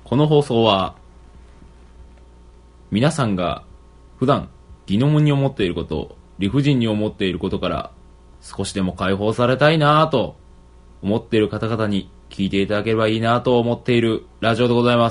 この放送は皆さんが普段疑問に思っていること、理不尽に思っていることから少しでも解放されたいなぁと思っている方々に聞いていただければいいなと思っているラジオでございます。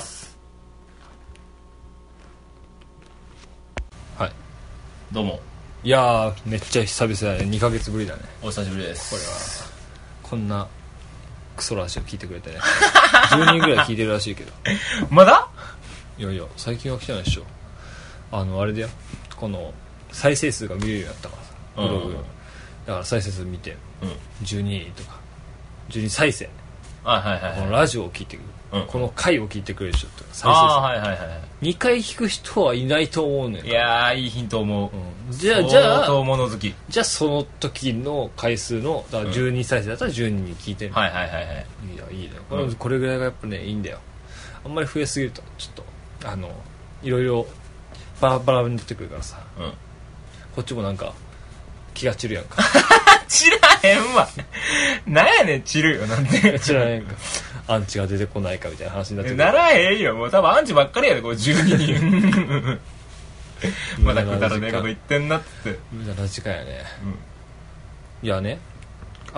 はい、 どうも。 いやーめっちゃ久々だね。2ヶ月ぶりだね。 お久しぶりです。 これはこんなクソラジオ聞いてくれてね10人ぐらい聞いてるらしいけどまだ？ いやいや最近は来てないでしょ。あれだよ、この再生数が見れるようになったからさ、ブログ、だから再生数見て、12とか12再生、このラジオを聞いてくる、この回を聞いてくれる人とか再生数、2回聞く人はいないと思うねん。 いやーいいヒント思う、 じゃあ相当物好き。 じゃあその時の回数のだから12再生だったら12に聞いてる、 いやいいね、これぐらいがやっぱねいいんだよ。あんまり増えすぎるとちょっといろいろバラバラに出てくるからさ、こっちもなんか気が散るやんか散らへんわなんやねん散るよなんて散らへんかアンチが出てこないかみたいな話になってくる。 ならへんよ、もう多分アンチばっかりやでこう12人まだくだらねえこと言ってんなって無駄な時間やね、いやねこ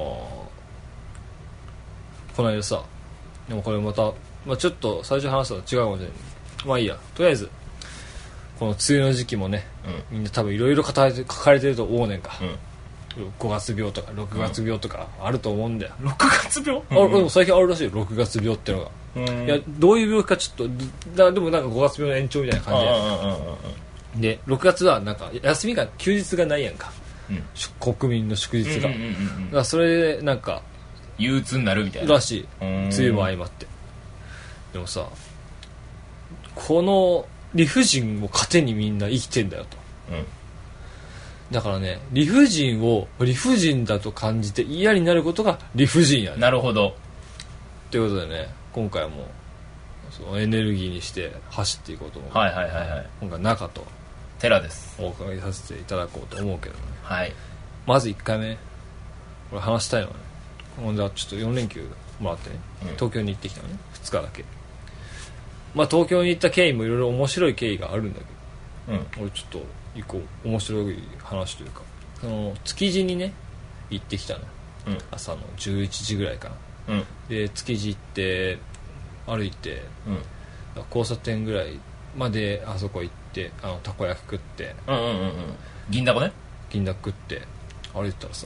の間さ、でもこれまた、ちょっと最初話したの違うかもしれない。まあいいや、とりあえずこの梅雨の時期もね、みんな多分いろいろ書かれてると思うねんか、5月病とか6月病とかあると思うんだよ、 6月病、 でも最近あるらしいよ、6月病ってのが。いやどういう病気かちょっとでもなんか5月病の延長みたいな感じで、6月はなんか休みが休日がないやんか、国民の祝日が、だからそれでなんか憂鬱になるみたいならしい、梅雨も相まって。でもさ、この理不尽を糧にみんな生きてんだよと、だからね、理不尽を理不尽だと感じて嫌になることが理不尽やね。 なるほど。 ということでね、今回はもうそのエネルギーにして走っていこうと思う。今回中とテラですお伺いさせていただこうと思うけどね。まず1回目これ話したいのはね、ほんでちょっと4連休もらってね、東京に行ってきたのね、2日だけ。東京に行った経緯もいろいろ面白い経緯があるんだけど、俺ちょっと一個面白い話というか、その築地にね行ってきたの、朝の11時ぐらいかな、で築地行って歩いて、交差点ぐらいまであそこ行ってたこ焼き食って、 銀だこね、 銀だこ食って歩いてたらさ、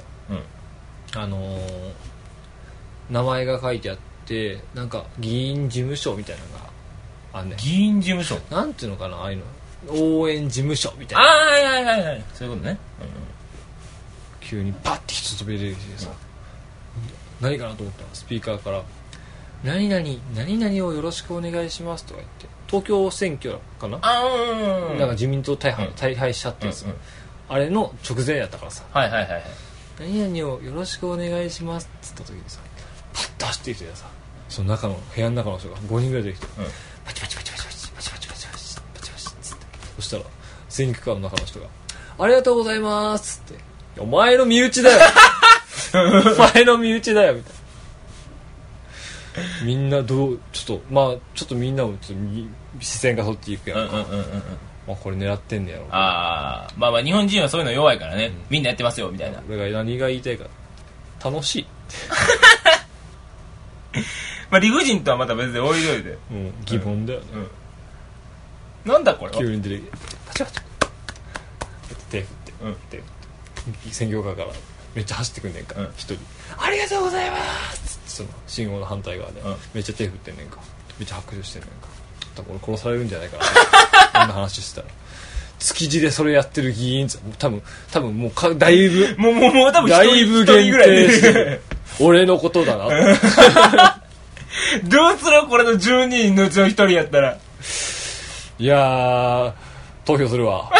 名前が書いてあって、なんか議員事務所みたいなのがあんねん。 議員事務所なんていうのかな、ああいうの応援事務所みたいな。 そういうことね、 急にパッて人飛び出てきてさ、何かなと思ったらスピーカーから何々をよろしくお願いしますとか言って、東京選挙かな、なんか自民党大敗しちゃってるんですよ、あれの直前やったからさ、何々をよろしくお願いしますっつった時にさ、パッと走ってきてさ、その部屋の中の人が5人ぐらい出てきて、パチパチパチパチパチパチパチパチパチパチパチっつって、そしたら精肉館の中の人がありがとうございますっつって、お前の身内だよお前の身内だよみたいな。みんなちょっとみんなもちょっと視線がそっち行くやんか、これ狙ってんねやろ。 日本人はそういうの弱いからね、みんなやってますよみたいな。 俺が何が言いたいか、楽しい理不尽とはまた別で置いといて、 疑問だよね、 なんだこれは。 急に出てきてパチパチ手振って、選挙カーからめっちゃ走ってくんねんか、一人ありがとうございますってその信号の反対側で、めっちゃ手振ってんねんか、めっちゃ拍手してんねんか。多分俺殺されるんじゃないかなこんな話してたら。築地でそれやってる議員多分もうだいぶもう多分だいぶ限定して俺のことだなどうするこれの12人のうちの1人やったら。 いやー投票するわ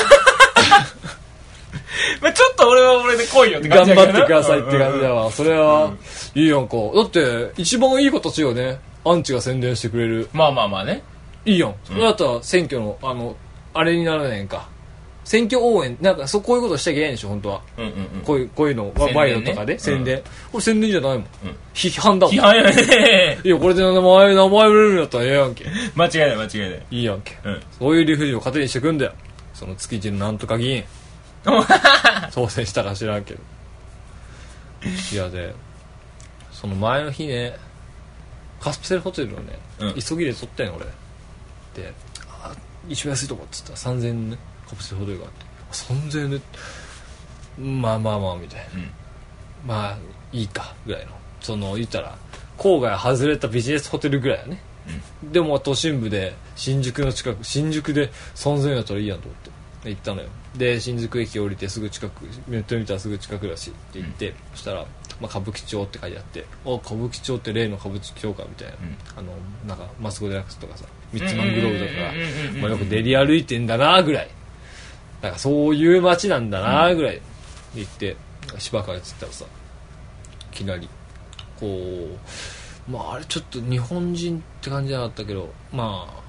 ちょっと俺は俺で来いよって感じ頑張ってくださいって感じだわ、それはいいやんか。だって一番いい形よね、アンチが宣伝してくれる。 まあね、 いいやん、それだったら選挙のあれにならないんか、 選挙応援なんかこういうことしちゃいけないんでしょ本当は、 うんうんうん、 こういうの宣伝ねワイドとかで宣伝、 うん、 これ宣伝じゃないもん、 うん、 批判だもん。 批判やねいやこれで名前売れるんだったらええやんけ。 間違いない間違いない、 いいやんけ、 うん、 そういう理不尽を糧にしてくんだよその築地のなんとか議員当選したか知らんけど。いやでその前の日ねカプセルホテルをね、 うん、 急ぎで取ったんよ俺で、一番安いとこっつったら3000円ねカプセルホテルがあって3000円でまあまあまあみたいな、うん、まあいいかぐらいのその言ったら郊外外れたビジネスホテルぐらいやね、うん、でも都心部で新宿で3000円だったらいいやんと思って行ったのよ。で新宿駅降りてすぐ近くネット見たらすぐ近くだしって言って、うん、そしたら、まあ、歌舞伎町って書いてあって歌舞伎町って例の歌舞伎町かみたいな、うん、なんかマスコ・デラックスとかさミッツマングローブとかが、まあ、よく練り歩いてんだなぐらいだからそういう街なんだなぐらい行って芝川へつったらさいきなりこうまああれちょっと日本人って感じじゃなかったけどまあ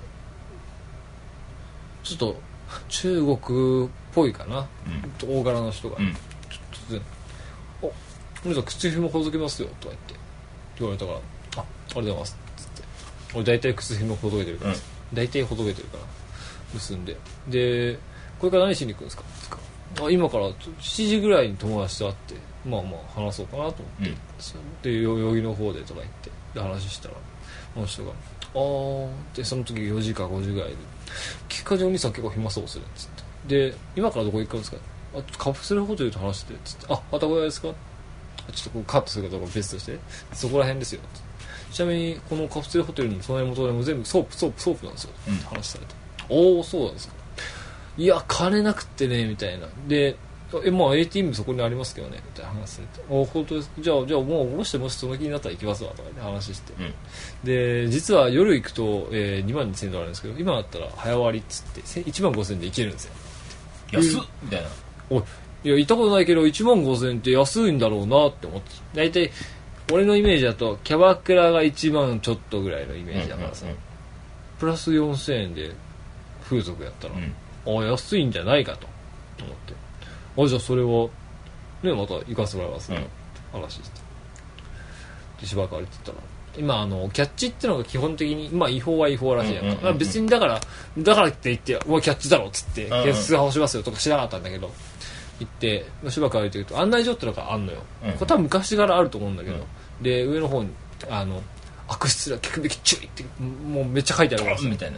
ちょっと中国っぽいかな、うん、大柄の人が、うん、ちょっと突然お皆さん靴紐ほどけますよとか言われたからありがとうございますっつって俺大体靴紐ほどけてるから、うん、大体ほどけてるから結んででこれから何しに行くんですか今から7時ぐらいに友達と会ってまあまあ話そうかなと思って、うん、で代々木の方でとか言ってで話したらこの人がでその時4時か5時ぐらいで結果上お兄さん結構暇そうするっつってで今からどこ行くんですかカプセルホテルと話しててっつってまたこれですかちょっとこうカットするかどうか別としてそこら辺ですよちなみにこのカプセルホテルの隣元でも全部ソープなんですよって話されて、おおそうなんですかいや金なくってねみたいなでまあ ATM そこにありますけどねみたいな話されて本当ですじゃあもう下ろしてもしその気になったら行きますわとかで話して、うん、で実は夜行くと、2万2000円とかあるんですけど今だったら早割りっつって1万5000円で行けるんですよ安っみたいなおいいや行ったことないけど1万5000円って安いんだろうなって思って大体俺のイメージだとキャバクラが1万ちょっとぐらいのイメージだからさ、うんうんうん、プラス4000円で風俗やったら、うん、安いんじゃないかと思ってじゃあそれはねまた行かせてもらいますね、うん、話してで芝川歩いてたら今キャッチってのが基本的にまあ違法は違法らしいやんか、うんうんうん、別にだからって言ってもうキャッチだろっつって警察が干しますよとか知らなかったんだけど行って芝川歩いてると案内所ってのがあんのよ、うん、これ多分昔からあると思うんだけど、うん、で上の方に悪質な客引き注意ってもうめっちゃ書いてあるからみたいな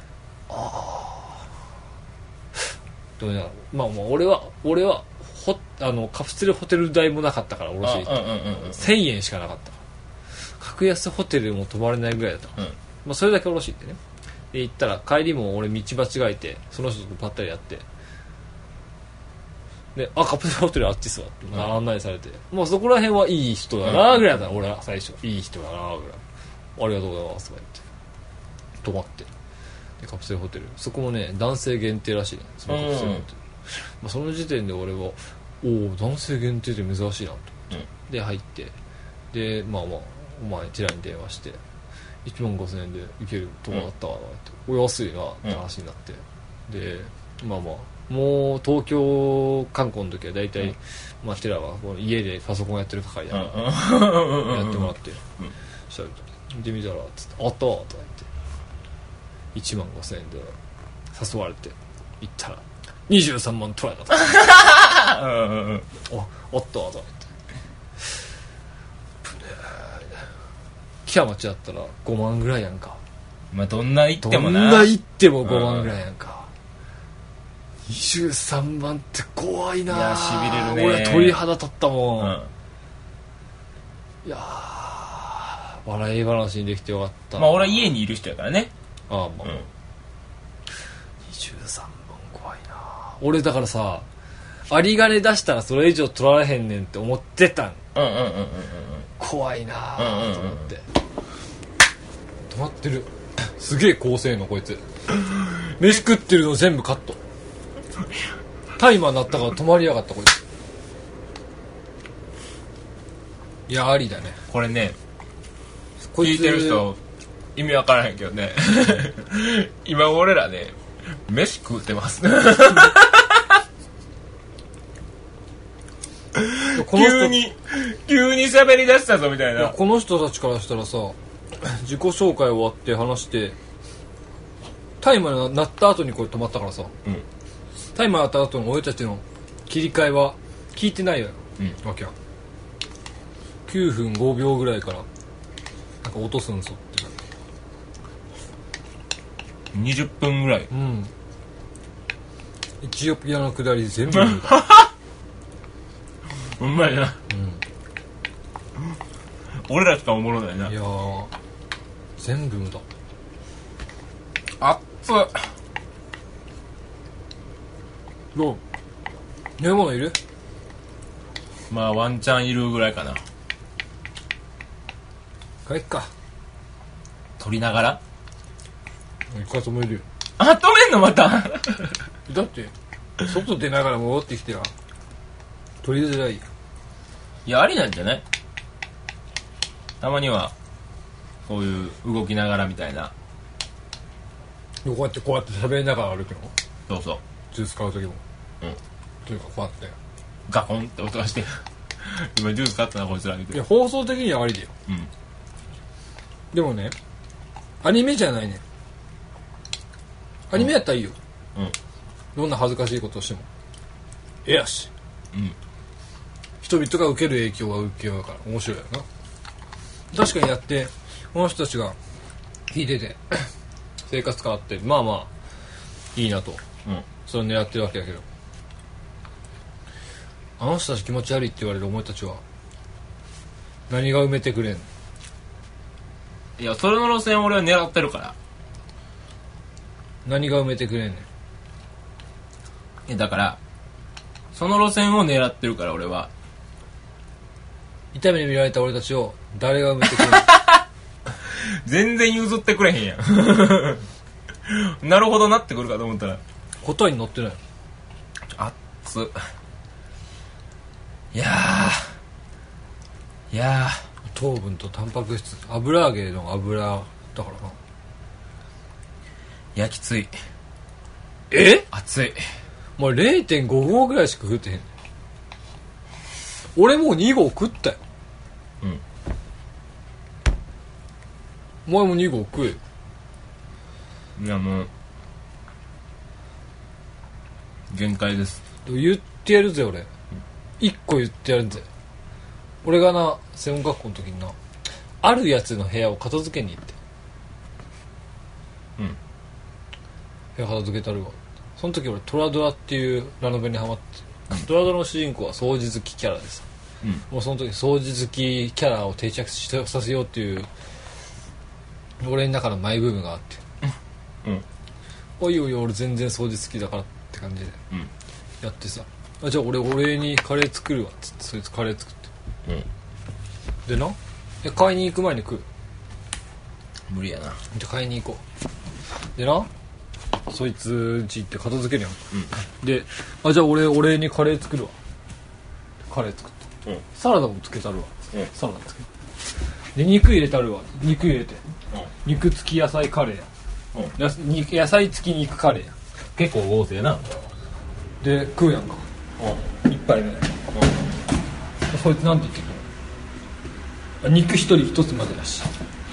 どうやらまあ俺はカプセルホテル代もなかったからおろしいと、1000円しかなかった格安ホテルも泊まれないぐらいだった、うんまあ、それだけおろしいってねで行ったら帰りも俺道間違えてその人とばったりやってでカプセルホテルあっちっすわって案内されて、まあそこら辺はいい人だなぐらいだった、俺は最初いい人だなぐらいありがとうございますとか言って泊まってでカプセルホテルそこもね男性限定らしいねそのカプセルホテル、まあ、その時点で俺は男性限定で珍しいなと思って、で入ってでまあまあお前ティラに電話して1万5000円で行けるとこだったわって、安いなって話になって、でまあまあもう東京観光の時は大体、まあティラは家でパソコンやってる係だから、やってもらって、したらで見たらつってあったわとか言って1万5000円で誘われて行ったら23万取られたとあったわとか言って木屋町だったら5万ぐらいやんかまあどんな行ってもなどんな行っても5万ぐらいやんか、23万って怖いな。 いやしびれるね。 俺鳥肌立ったもん、いや笑い話にできてよかった。 まあ俺は家にいる人やからね。 まあ、23万怖いな。俺だからさ有り金出したらそれ以上取られへんねんって思ってたん。怖いなと思って、止まってる。すげえ高性能こいつ。飯食ってるの全部カット。タイマー鳴ったから止まりやがったこいつ。いやありだねこれね。聞いてる人意味わからへんけどね今俺らね飯食うてますこの人急に喋り出したぞみたいな。 この人たちからしたらさ、自己紹介終わって話してタイマー鳴った後にこれ止まったからさ、タイマー鳴った後の俺たちの切り替えは聞いてないわけや。9分5秒ぐらいからなんか落とすんぞって 20分ぐらい。 エチオピアの下り全部うまいな、俺らしかおもろないな。 いやー全部無駄。 あっつ。 どう飲み物いる？ まあワンチャンいるぐらいかな。 帰っか。 撮りながら一回止めるよ。 あ、止めんのまただって外出ながら戻ってきては取りづらいよ。 いや、ありなんじゃない？たまにはこういう動きながらみたいな。 こうやって喋りながら歩くの？ そうそう。 ジュース買う時も。というかこうやってガコンって音がして今ジュース買ったなこいつら見て。 いや放送的にはありだよ。でもね、アニメじゃないね。アニメやったらいいよ。どんな恥ずかしいことをしてもええやし、人々が受ける影響は受けようから面白いよな。確かにやってこの人たちが聞いてて生活変わってまあまあいいなと、それを狙ってるわけだけど、あの人たち気持ち悪いって言われるお前たちは何が埋めてくれんの？ いや、それの路線を俺は狙ってるから。 何が埋めてくれんねん？ いや、だからその路線を狙ってるから俺は。 痛みに見られた俺たちを誰が埋めてくれんの？ 全然譲ってくれへんやんなるほどなってくるかと思ったら答えに載ってない。 あっつ。いや糖分とタンパク質、油揚げの油だからな。 いや、きつい。熱い。 もう 0.5 合ぐらいしか食ってへん。俺もう2合食ったよ。お前も2合食えよ。 いや、もう限界です。 言ってやるぜ俺。1個言ってやるぜ。俺がな専門学校の時になあるやつの部屋を片付けに行って、部屋片付けたるわ。その時俺トラドラっていうラノベにハマって、トラドラの主人公は掃除好きキャラでさ、もうその時掃除好きキャラを定着させようっていう俺の中のマイブームがあって、おいおい俺全然掃除好きだからって感じでやってさ、じゃあ俺お礼にカレー作るわっつってそいつカレー作って、でな買いに行く前に食う。 無理やな。 じゃあ買いに行こう。でなそいつ家行って片付けるやん、でじゃあ俺お礼にカレー作るわ。カレー作って、サラダもつけたるわ、サラダつけて、で肉入れたるわ。肉入れて、肉付き野菜カレーや、野菜付き肉カレーや。 結構豪勢な。 で食うやんか、一杯目、そいつなんて言ってくる？肉一人一つまでだし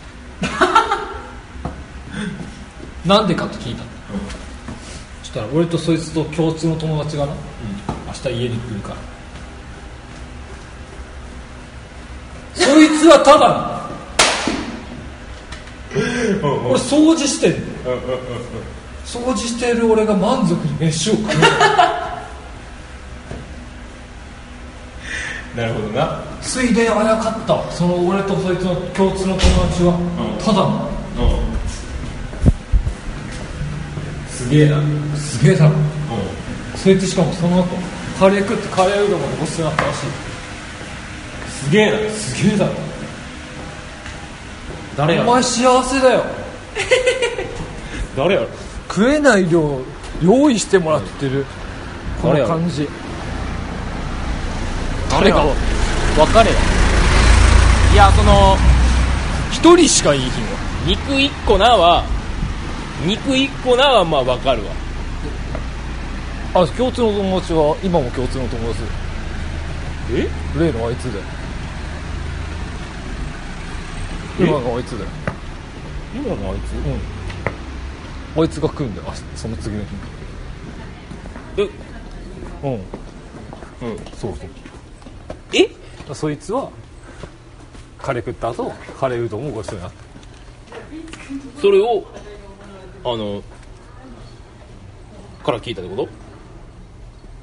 なんでかって聞いたの、そしたら俺とそいつと共通の友達がな、明日家に来るから、そいつはただの俺掃除してんの、掃除してる俺が満足に飯を食うなるほどな。 ついであやかった。その俺とそいつの共通の友達はただの、 すげえな。 すげえだろ、そいつしかもその後カレー食ってカレーうどんまでごっつなったらしい。 すげえな。 すげえだろ。 誰やろ。 お前幸せだよ誰やろ。 食えない量用意してもらってるこの感じ。 誰か分かれよ。いや、その一人しかいい日は肉1個なはまあ分かるわ。 共通の友達は今も共通の友達。 例のあいつだよ。今のあいつだよ。 今のあいつ？ あいつが来るんだよ、その次の日に。そうそう。そいつはカレー食った後カレーうどんをごちそうになった。 それをから聞いたってこと？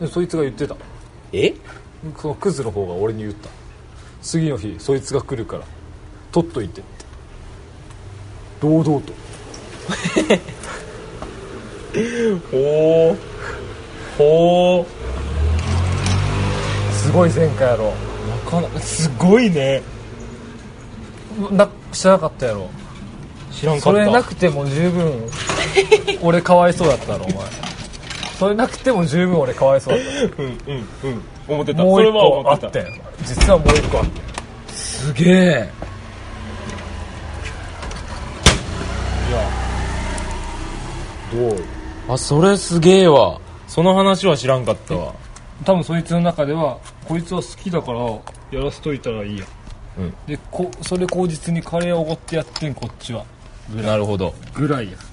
でそいつが言ってた。そのクズの方が俺に言った。次の日そいつが来るから取っといてって堂々と。ほーすごい前科やろ。 なかなかすごいね。 知らなかったやろ。 知らんかった。 それなくても十分俺かわいそうだったろお前。それなくても十分俺かわいそうだった。 思ってた。 もう一それは個あ思ってた。 ってん。実はもう一個あってん。 すげえ。 いやどう？ あ、それすげえわ。その話は知らんかったわ。 多分そいつの中ではこいつは好きだからやらせといたらいいや、でそれ口実にカレーをおごってやってんこっちはなるほどぐらいや。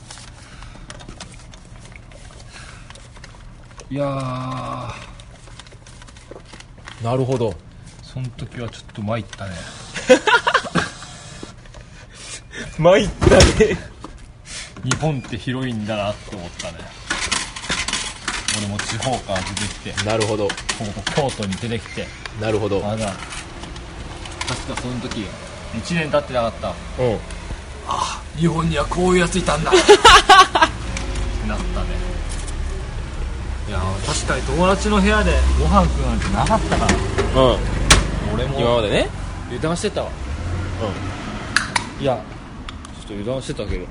いやーなるほど。 その時はちょっと参ったね。 参ったね。 日本って広いんだなって思ったね。俺も地方から出てきて、 なるほど。 京都に出てきて、 なるほど。 確かその時1年経ってなかった。日本にはこういうやついたんだってなったね。いや確かに友達の部屋でご飯食うなんてなかったから。俺も今までね。 油断してたわ。いやちょっと油断してたけど。い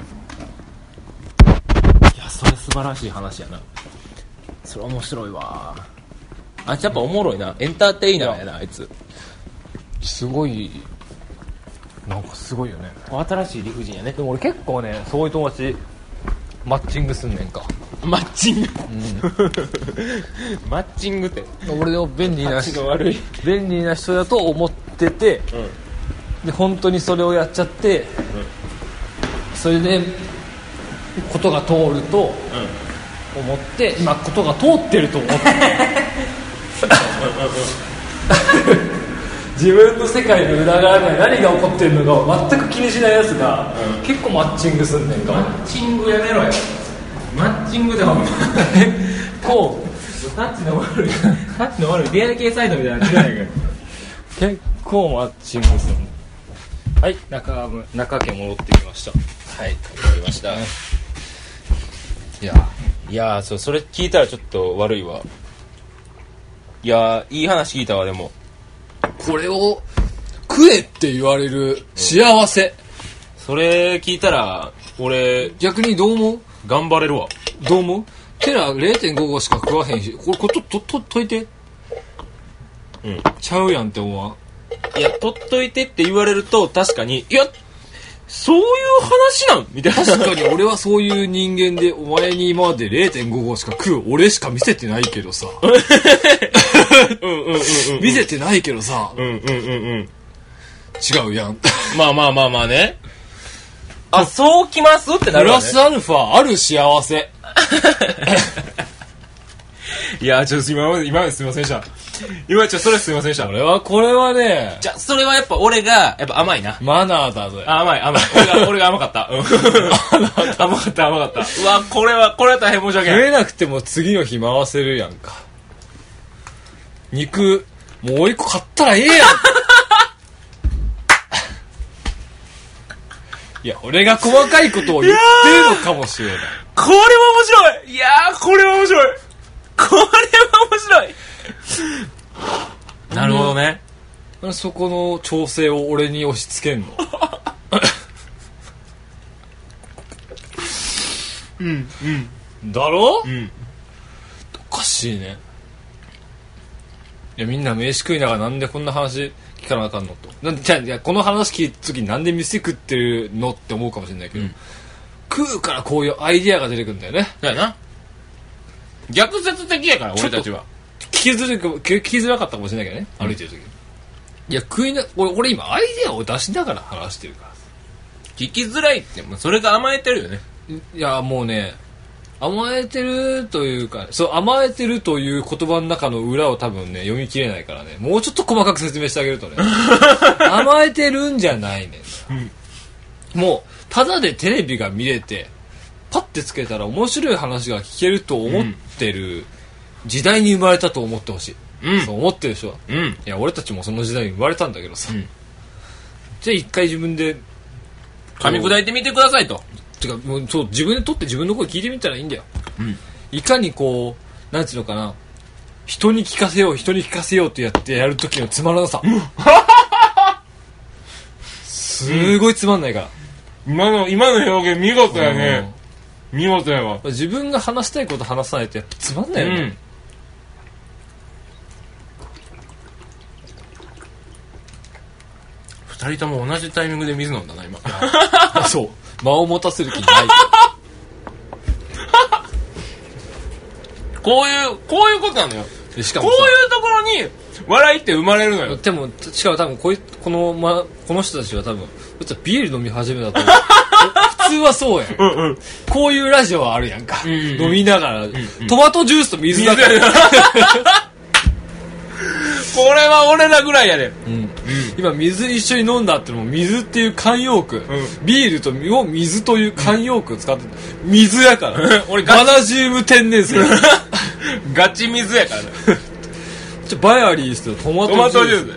やそれ素晴らしい話やな。 それ面白いわ。あいつやっぱおもろいな。エンターテイナーやな、あいつ。 すごいなんかすごいよね。 新しい理不尽やね。 でも俺結構ねそういう友達マッチングすんねんか。 マッチング、マッチングって俺を便利な人悪い便利な人だと思ってて、で本当にそれをやっちゃって、それでことが通ると思って、今ことが通ってると思って自分の世界の裏側に何が起こってるのか全く気にしないやつが、結構マッチングすんねんか。 マッチングやめろよ。マッチングでもこうタッチの悪い出会い系サイトみたいなの違うやんか。 結構マッチングする。はい、中家戻ってきました。 はい、わかりました。いやそれ聞いたらちょっと悪いわ。いやいい話聞いたわ。でもこれを食えって言われる幸せ、 それ聞いたら俺逆にどう思う？ 頑張れるわ。 どう思う？テラ 0.5 しか食わへんし、これといて、ちゃうやんって思わん？ いや取っといてって言われると確かに、いやそういう話なんみたいな。 確かに俺はそういう人間で、お前に今まで 0.5 号しか食う俺しか見せてないけどさ見せてないけどさ、違うやん。 まあね。あ、そうきますってなるわね。 プラスアルファある幸せ。 いやちょっと今まですいませんでした。今それすいませんでした。 これはね、 じゃそれはやっぱ俺がやっぱ甘いな。 マナーだぜ。 甘い俺が甘かった甘かった。うわこれは大変申し訳ない。 食えなくても次の日回せるやんか。肉もう一個買ったらええやん。いや俺が細かいことを言ってるのかもしれない。 これは面白い。いやこれは面白い。なるほどね。 そこの調整を俺に押し付けんの。だろ？おかしいね。いやみんな飯食いながらなんでこんな話聞かなあかんのと。じゃあこの話聞いた時なんで飯食ってるのって思うかもしれないけど、食うからこういうアイディアが出てくるんだよね。 だよな。逆説的やから俺たちは。 ききづらかったかもしれないけどね、歩いてる時。いや、俺今アイデアを出しながら話してるから。 聞きづらいって、もうそれが甘えてるよね。 いや、もうね、甘えてるというか、そう、甘えてるという言葉の中の裏を多分ね、読み切れないからね、もうちょっと細かく説明してあげるとね、甘えてるんじゃないね、もう、ただでテレビが見れて、パッてつけたら面白い話が聞けると思ってる時代に生まれたと思ってほしい。そう思ってるでしょ。いや、俺たちもその時代に生まれたんだけどさ。じゃあ一回自分で、 噛み砕いてみてくださいと。 てかもうそう自分で撮って自分の声聞いてみたらいいんだよ、いかにこうなんていうのかな、人に聞かせようってやる時のつまらなさ、すごいつまんないから、 今の表現見事やね、見事やわ。 自分が話したいこと話さないとやっぱつまんないよね、 二人とも同じタイミングで水飲んだな今。 そう間を持たせる気ないこういうことなのよ。 しかもこういうところに笑いって生まれるのよ。 でもしかも多分この人たちは多分ビール飲み始めたと思う普通はそうやん、こういうラジオはあるやんか、飲みながら、トマトジュースと水だけこれは俺らぐらいやで、 今水一緒に飲んだってのも水っていう慣用句、ビールと水という慣用句を使って水やから俺バナジウム天然水ガチ水やからねバイアリーしてトマトジュースだよ。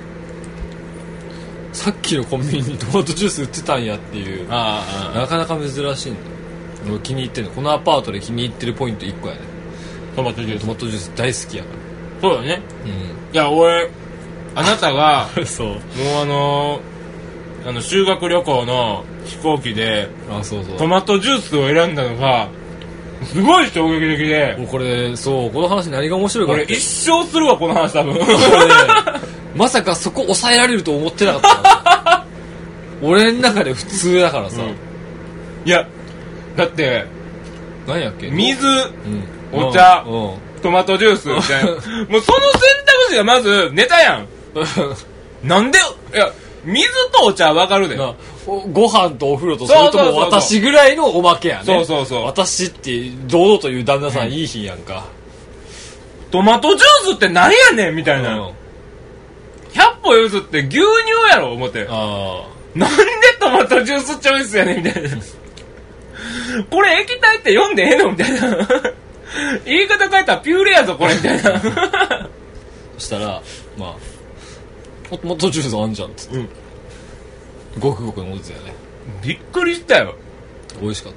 さっきのコンビニにトマトジュース売ってたんやっていう、なかなか珍しいんだよ。俺気に入ってるの、このアパートで気に入ってるポイント1個やね、トマトジュース大好きやから。 そうだね、いや俺あなたがそうもう修学旅行の飛行機でトマトジュースを選んだのがすごい衝撃的で、 もうこれこの話何が面白いかって俺一生するわこの話多分まさかそこ抑えられると思ってなかったから俺の中で普通だからさ、 いやだって何やっけ、 水、お茶、トマトジュースみたいなもうその選択肢がまずネタやんなんで、いや水とお茶はわかるで、 ご飯とお風呂とそれとも私ぐらいのおまけやね。 そう私って堂々という旦那さんいい日やんか、 トマトジュースって何やねんみたいな、100歩譲って牛乳やろ思って、なんでトマトジュースチョイスやねんみたいなこれ液体って読んでええのみたいな言い方変えたらピューレやぞこれみたいなそしたらまあトマトジュースあんじゃんっつって、ごくごく飲んでたよね。 びっくりしたよ。 美味しかった。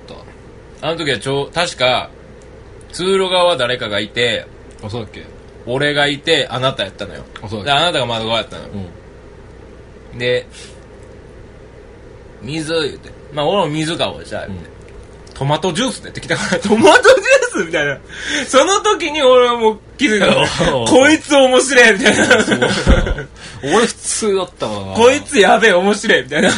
あの時は確か通路側誰かがいて、 そうだっけ、 俺がいてあなたやったのよ。 そうだっけ、 であなたが窓側やったのよ、で水言うて、まあ俺も水かおじゃあ言うて、トマトジュースって言ってきたからトマトジュースみたいな、その時に俺はもう気づいたのこいつ面白いみたいな俺普通だったわな、 こいつやべえ面白いみたいな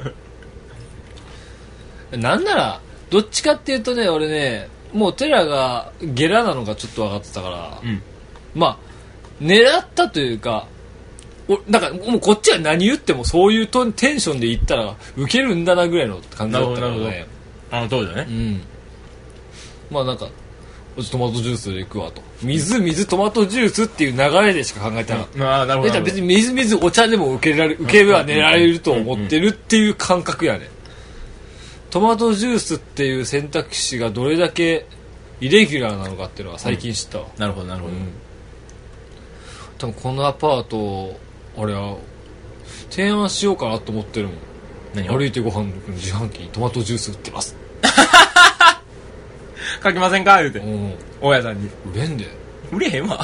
なんならどっちかっていうとね、俺ねもうテラがゲラなのがちょっと分かってたから、まあ狙ったというか、なんかもうこっちは何言ってもそういうテンションで言ったらウケるんだなぐらいの感じだったからね。 あの当時はね、 まあなんかトマトジュースでいくわと、水トマトジュースっていう流れでしか考えてなかった、 なるほど。 別に水お茶でも受けは狙られると思ってるっていう感覚やね。トマトジュースっていう選択肢がどれだけイレギュラーなのかっていうのは最近知ったわ、 なるほど、 多分このアパート俺は提案しようかなと思ってるもん。歩いてご飯の自販機にトマトジュース売ってます書きませんか言うて、大家さんに売れんで、 売れへんわ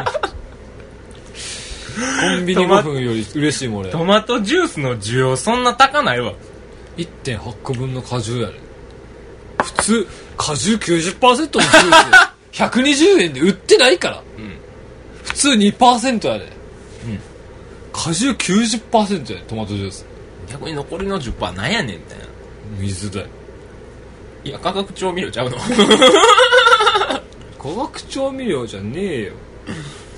コンビニ5分より嬉しいもん俺。 トマトジュースの需要そんな高ないわ。 1.8 個分の果汁やで、普通果汁 90% のジュース120円で売ってないから、普通 2% やで、果汁 90% やでトマトジュース。 逆に残りの 10% なんやねんみたいな。 水だよ。 いや化学調味料ちゃうの化学調味料じゃねえよ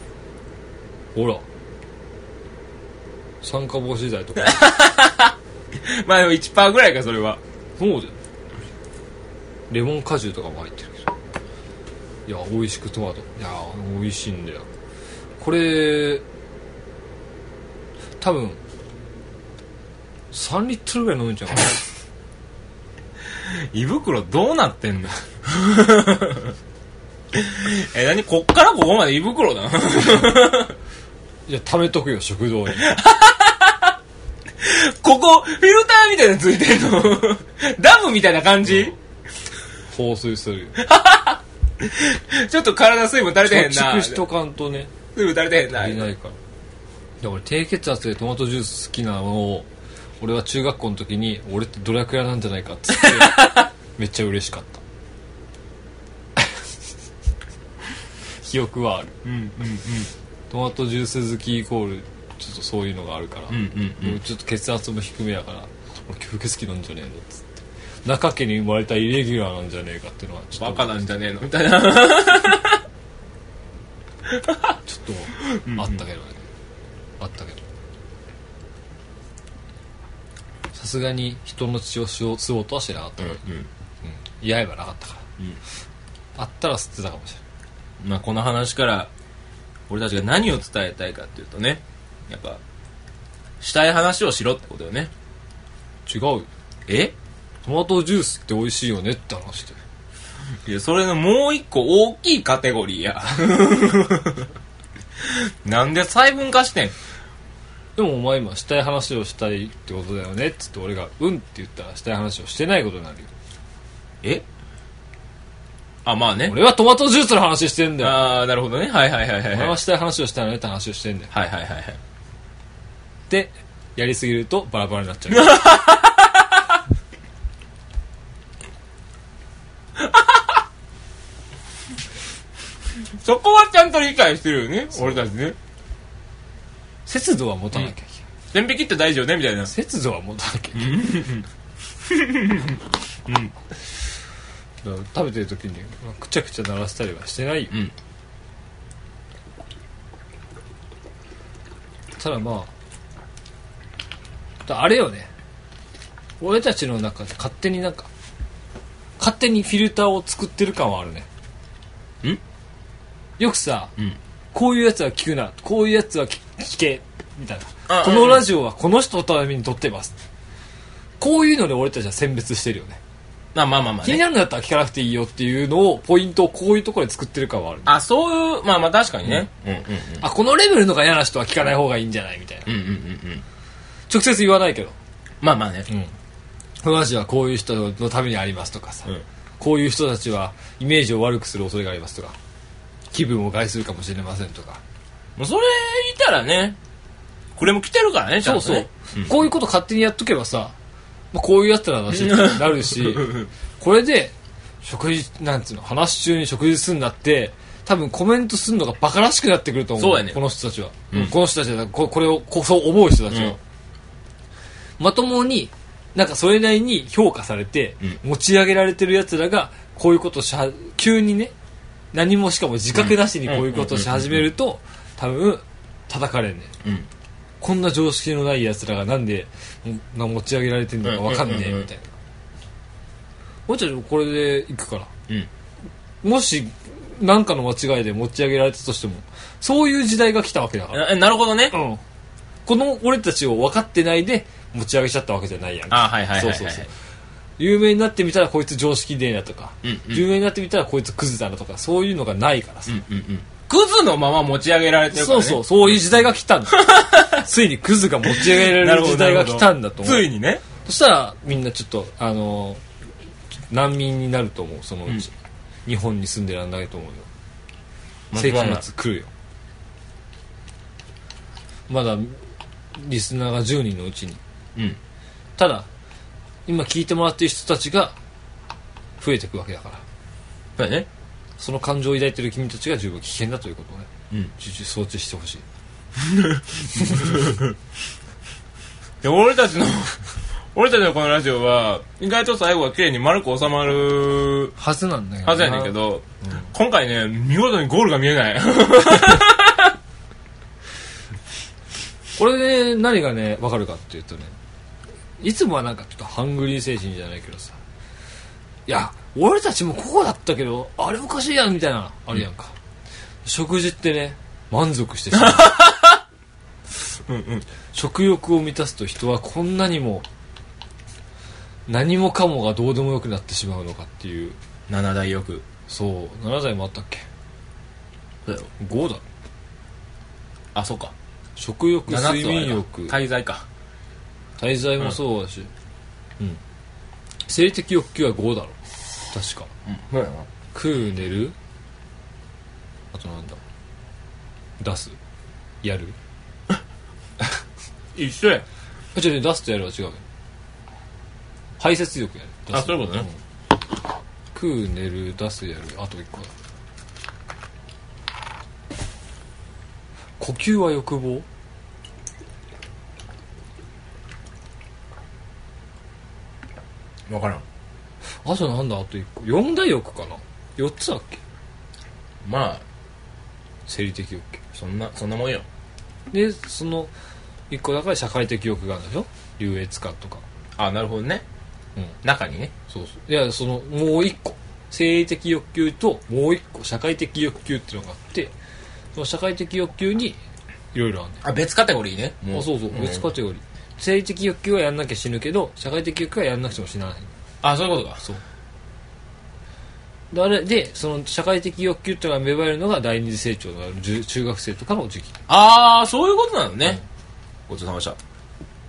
ほら酸化防止剤とかまあでも 1% ぐらいかそれは。 そうだよ。レモン果汁とかも入ってるけど、いや美味しくトマト、いや美味しいんだよこれ。多分3リットルぐらい飲むんちゃうかな胃袋どうなってんだ何こっからここまで胃袋だいや貯めとくよ食堂にここフィルターみたいなのついてんのダムみたいな感じ、 放水するよちょっと体水分垂れてへんな。 貯蓄しとかんとね水分垂れてへんな。 足りないから。だから低血圧でトマトジュース好きなのを俺は中学校の時に俺ってドラクエなんじゃないかっつってめっちゃ嬉しかった記憶はある。 うんうんうん。 トマトジュース好きイコールちょっとそういうのがあるから、 うんうんうん。 もうちょっと血圧も低めやから俺吸血鬼なんじゃねえのっつって中家に生まれたイレギュラーなんじゃねえかっていうのはちょっとバカなんじゃねえのみたいなちょっとあったけどね、あったけどさすがに人の血を吸おうとはしてなかったから、嫌えばなかったから、あったら吸ってたかもしれない。 まあこの話から俺たちが何を伝えたいかっていうとね、やっぱしたい話をしろってことよね。 違うよ。 え？ トマトジュースって美味しいよねって話で。 いやそれのもう一個大きいカテゴリーやなんで細分化してん？ でもお前今したい話をしたいってことだよねっつって俺がうんって言ったらしたい話をしてないことになるよ。 え？あ、まあね。 俺はトマトジュースの話してんだよ。 ああ、なるほどね。はいはいはいはい、はい。 お前はしたい話をしたいのねって話をしてんだよ。 はいはいはいはい。 でやりすぎるとバラバラになっちゃうそこはちゃんと理解してるよね、俺たちね。 節度は持たなきゃいけない。 天引きって大事よねみたいな。 節度は持たなきゃいけない。だから食べてる時にくちゃくちゃ鳴らしたりはしてないよ。ただまああれよね、俺たちの中で勝手にフィルターを作ってる感はあるね。よくさ、こういうやつは聞くな、こういうやつは聞けみたいな、このラジオはこの人のために撮ってます、こういうので俺たちは選別してるよね。 まあまあまあまあ、ね、 気になるんだったら聞かなくていいよっていうのをポイントをこういうところで作ってる感はある、ね、 あ、そういうまあまあ確かにね、 あ、このレベルのが嫌な人は聞かない方がいいんじゃないみたいな、直接言わないけど、 まあまあね、 この話はこういう人のためにありますとかさ、こういう人たちはイメージを悪くする恐れがありますとか、気分を害するかもしれませんとか、 もうそれ言ったらね、クレーム来てるからね、ちゃんとね。 そう、こういうこと勝手にやっとけばさ、こういうやつらだしってなるしこれで食事なんつうの、話中に食事するんだって多分コメントするのがバカらしくなってくると思う。 そうやね、 この人たちは、この人たちはこれをそう思う人たちは、まともになんかそれなりに評価されて、持ち上げられてるやつらがこういうこと急にね、何もしかも自覚なしにこういうことをし始めると多分叩かれんね、こんな常識のないやつらがなんで持ち上げられてるのか分かんねえみたいな。俺たちもこれでいくから、もし何かの間違いで持ち上げられたとしてもそういう時代が来たわけだから。 なるほどね、 この俺たちを分かってないで持ち上げちゃったわけじゃないやんか。 はいはいはいはい、 そう有名になってみたらこいつ常識ねえなとか、有名になってみたらこいつクズだなとか、そういうのがないからさ、 クズのまま持ち上げられてるからね。 そういう時代が来たんだついにクズが持ち上げられる時代が来たんだと思う。 ついにね。 そしたらみんなちょっと難民になると思う、そのうち、日本に住んでらんないと思うよ。世紀末来るよ。まだリスナーが10人のうちに、ただ今聞いてもらっている人たちが増えていくわけだから、 そうやね、 その感情を抱いている君たちが十分危険だということをね、承知してほしいで俺たちのこのラジオは意外と最後は綺麗に丸く収まるはずなんだけど、 はずやねんけど、今回ね見事にゴールが見えないこれね、何がね分かるかっていうとね、いつもはなんかちょっとハングリー精神じゃないけどさ、いや俺たちもこうだったけどあれおかしいやんみたいなあるやんか、食事ってね満足してしまううん、食欲を満たすと人はこんなにも何もかもがどうでもよくなってしまうのかっていう。 七大欲。 そう7代もあったっけ。 そうだよ。 5だ。 あ、そうか。 食欲、睡眠欲、 滞在か。 滞在もそうだし、生理的欲求は5だろ確か。 そうやな。 食う、寝る、あとなんだ、出す、やる一緒や。 違う、出すとやるは違うよ。排泄欲やる。出す。 あ、そういうことね。 食う、寝る、出す、やる、あと1個だ。呼吸は欲望。 分からん。 あとなんだ、あと1個。4大欲かな。4つだっけ。 まあ生理的欲求。 そんなもんよ。 でその1個だから社会的欲があるんでしょ。優越感とか。 あ、なるほどね。中にね。 そうそう。いや、そのもう1個生理的欲求ともう1個社会的欲求っていうのがあって、その社会的欲求にいろいろあるんだよ。 あ、別カテゴリーね。 あ、そうそう、別カテゴリー。生理的欲求はやんなきゃ死ぬけど社会的欲求はやんなくても死なない。 あ、そういうことか。 そうで、その社会的欲求っていうのが芽生えるのが第二次成長の中学生とかの時期。 ああ、そういうことなのね。ごちそうさまでした。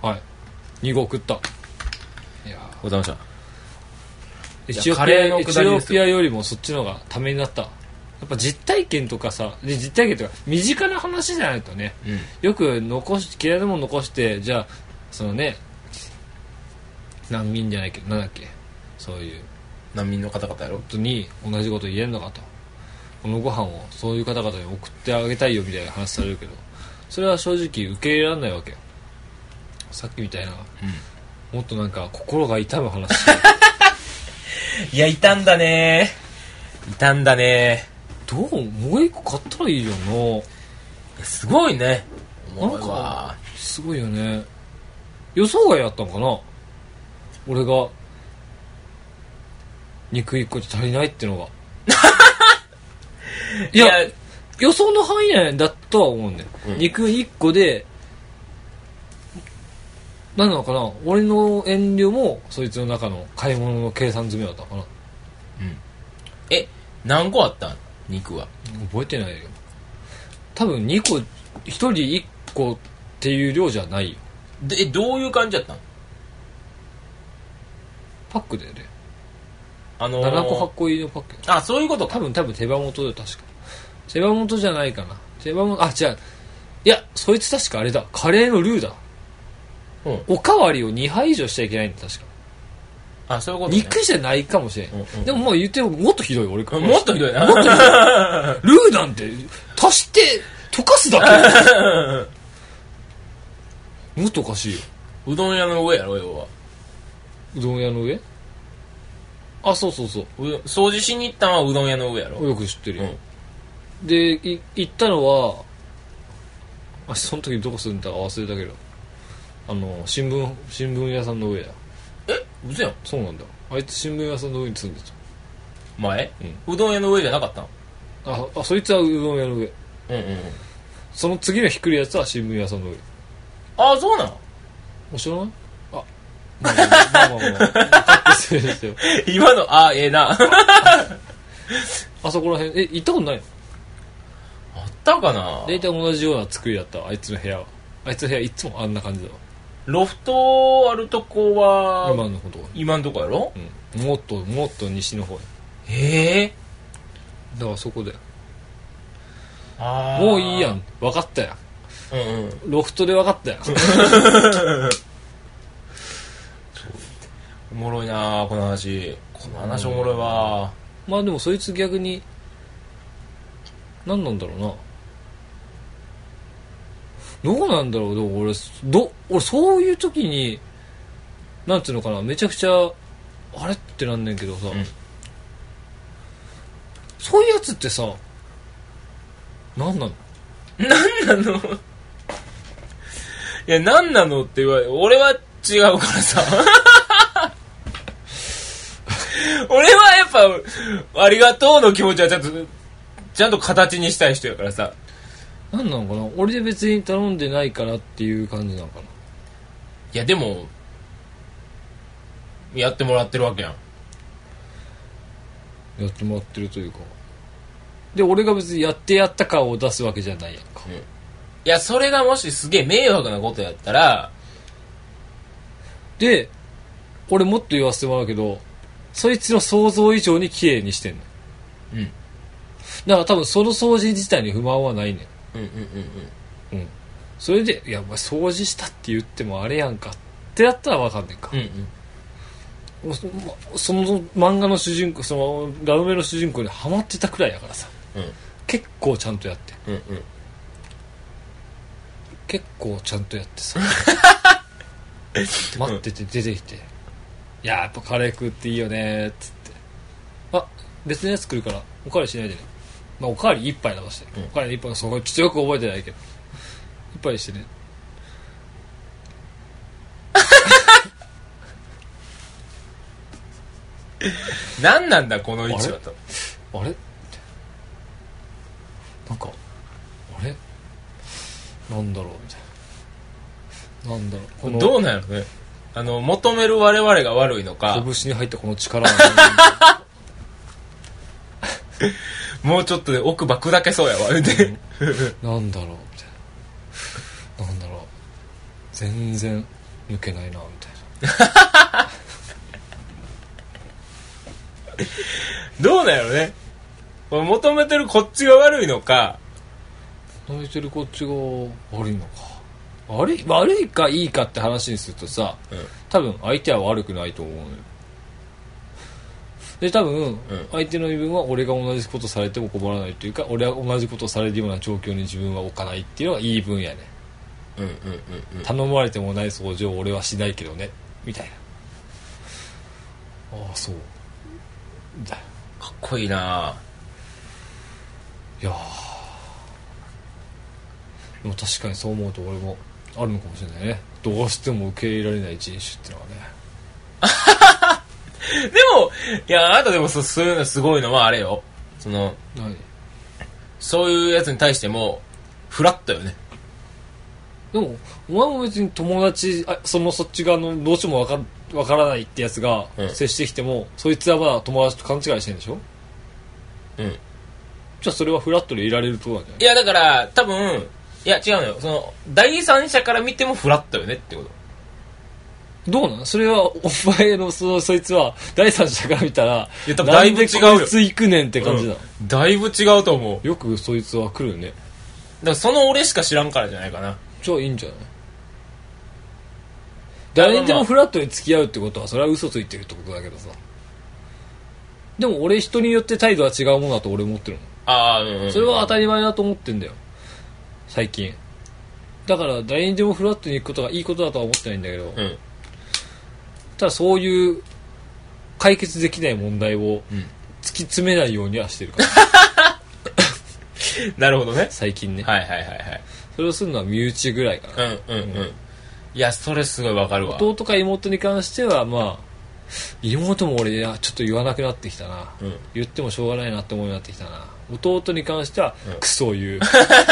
はい。2合食った。いやごちそうさまでした。 エチオピアよりもそっちの方がためになった。やっぱ実体験とかさ、で実体験とか身近な話じゃないとね、よく嫌いなもの残して、じゃあそのね、難民じゃないけどなんだっけ、そういう難民の方々やろ。 本当に同じこと言えんのかと。このご飯をそういう方々に送ってあげたいよみたいな話されるけど、それは正直受け入れられないわけよ。さっきみたいな、もっとなんか心が痛む話いや、痛んだね。 どうもう一個買ったらいいよな。 すごいね。 なんかすごいよね。予想外やったんかな。俺が肉1個じゃ足りないってのがいや予想の範囲内だとは思うんだよ、肉1個で何なのかな。俺の遠慮もそいつの中の買い物の計算済みだったかな。 何個あったん肉は。 覚えてないよ。多分2個1人1個っていう量じゃないよ。 で、どういう感じだったん。 パックだよね。7個8個入りのパック。 あ、そういうことか。 多分手羽元で確か。手羽元じゃないかな。違う。いや、そいつ確かあれだ。カレーのルーだ。おかわりを2杯以上しちゃいけないんだ、確か。 あ、そういうことね。 肉じゃないかもしれん。でももう言ってもっとひどい、俺から。 もっとひどいな。 ルーなんて、足して、溶かすだけ。もっとおかしいよ。 うどん屋の上やろ、要は。 うどん屋の上？あ、そう。 掃除しに行ったのはうどん屋の上やろ。 よく知ってるよ。で、行ったのは、その時どこ住んだか忘れたけど、新聞屋さんの上や。 うそやん。 そうなんだ。あいつ新聞屋さんの上に住んでた。 前、うどん屋の上じゃなかったん。 あ、そいつはうどん屋の上。その次のひっくりやつは新聞屋さんの上。 あ、そうなの。 知らない？まあ失礼ですよ。 今のええな。 あそこら辺行ったことないの？ あったかな。 大体同じような作りだったあいつの部屋は。あいつの部屋いつもあんな感じだわ。 ロフトあるとこは今のとこやろ、 もっと西の方や。 だからそこであもういいやん、分かったやん、ロフトで分かったやんおもろいなこの話おもろいわ。 まあでもそいつ逆に何なんだろうな、どうなんだろう。でも俺そういう時になんていうのかな、めちゃくちゃあれってなんねんけどさ、そういうやつってさ何なのいや、何なのって言われ、俺は違うからさ。俺はやっぱ、ありがとうの気持ちはちゃんと形にしたい人やからさ。 何なのかな、俺で別に頼んでないからっていう感じなのかな。 いや、でも、やってもらってるわけやん。 やってもらってるというか。で、俺が別にやった感を出すわけじゃないやんか。 いや、それがもしすげえ迷惑なことやったら、 で、俺もっと言わせてもらうけど、そいつの想像以上に綺麗にしてんの。 うん。 だから多分その掃除自体に不満はないねん。 うんうんうんうん。それで、いや、お前掃除したって言ってもあれやんかってやったらわかんねんか。 うん。うんその漫画の主人公、そのラノベの主人公にハマってたくらいやからさ。 うん。 結構ちゃんとやって。 うんうん。 結構ちゃんとやってさ。待ってて出てきて。いや、やっぱカレー食っていいよねっつって。あ、別のやつ来るからおかわりしないでね。まあおかわり一杯出して、おかわり一杯、そこちょっとよく覚えてないけど一杯してね。 何なんだこの位置はと。 あれなんかあれなんだろうみたいな。なんだろうこのどうなんやろね。求める我々が悪いのか、 拳に入ったこの力はもうちょっとで奥歯砕けそうやわ言うて。 なんだろうみたいな。なんだろう全然抜けないなみたいな。 どうなんやろね。これ求めてるこっちが悪いのか、 求めてるこっちが悪いのか。悪いかいいかって話にするとさ、多分相手は悪くないと思うのよ。で多分、相手の言い分は俺が同じことされても困らないというか、俺は同じことされるような状況に自分は置かないっていうのが言い分やね。頼まれてもない掃除を俺はしないけどねみたいな。ああそうだよ。 かっこいいな。 いやでも確かにそう思うと俺もあるのかもしれないね。どうしても受け入れられない人種っていうのはね。 でもいや、あなたでもそういうのすごいのはあれよ、そういうやつに対してもフラットよね。 でもお前も別に友達、そっち側のどうしてもわからないってやつが接してきても、そいつはまだ友達と勘違いしてるんでしょ。じゃあそれはフラットでいられるところなんじゃない。 いやだから多分、いや違うのよ、第三者から見てもフラットよねってこと。 どうなのそれは。お前のそいつは第三者から見たら、 いや多分だいぶ違うよ。 なんでこいつ行くねんって感じだ、 だいぶ違うと思う。 よくそいつは来るね。 だからその俺しか知らんからじゃないかな。 じゃあいいんじゃない。誰にでもフラットに付き合うってことはそれは嘘ついてるってことだけどさ。でも俺人によって態度は違うものだと俺思ってるの。それは当たり前だと思ってんだよ最近。だから誰にでもフラットに行くことがいいことだとは思ってないんだけど、ただそういう解決できない問題を突き詰めないようにはしてるから、 なるほどね。 最近ね。 はいはいはいはい。 それをするのは身内ぐらいかな。 いやそれすごいわかるわ。 弟か妹に関してはまあ妹も俺ちょっと言わなくなってきたな、言ってもしょうがないなって思うようになってきたな。弟に関してはクソ言う、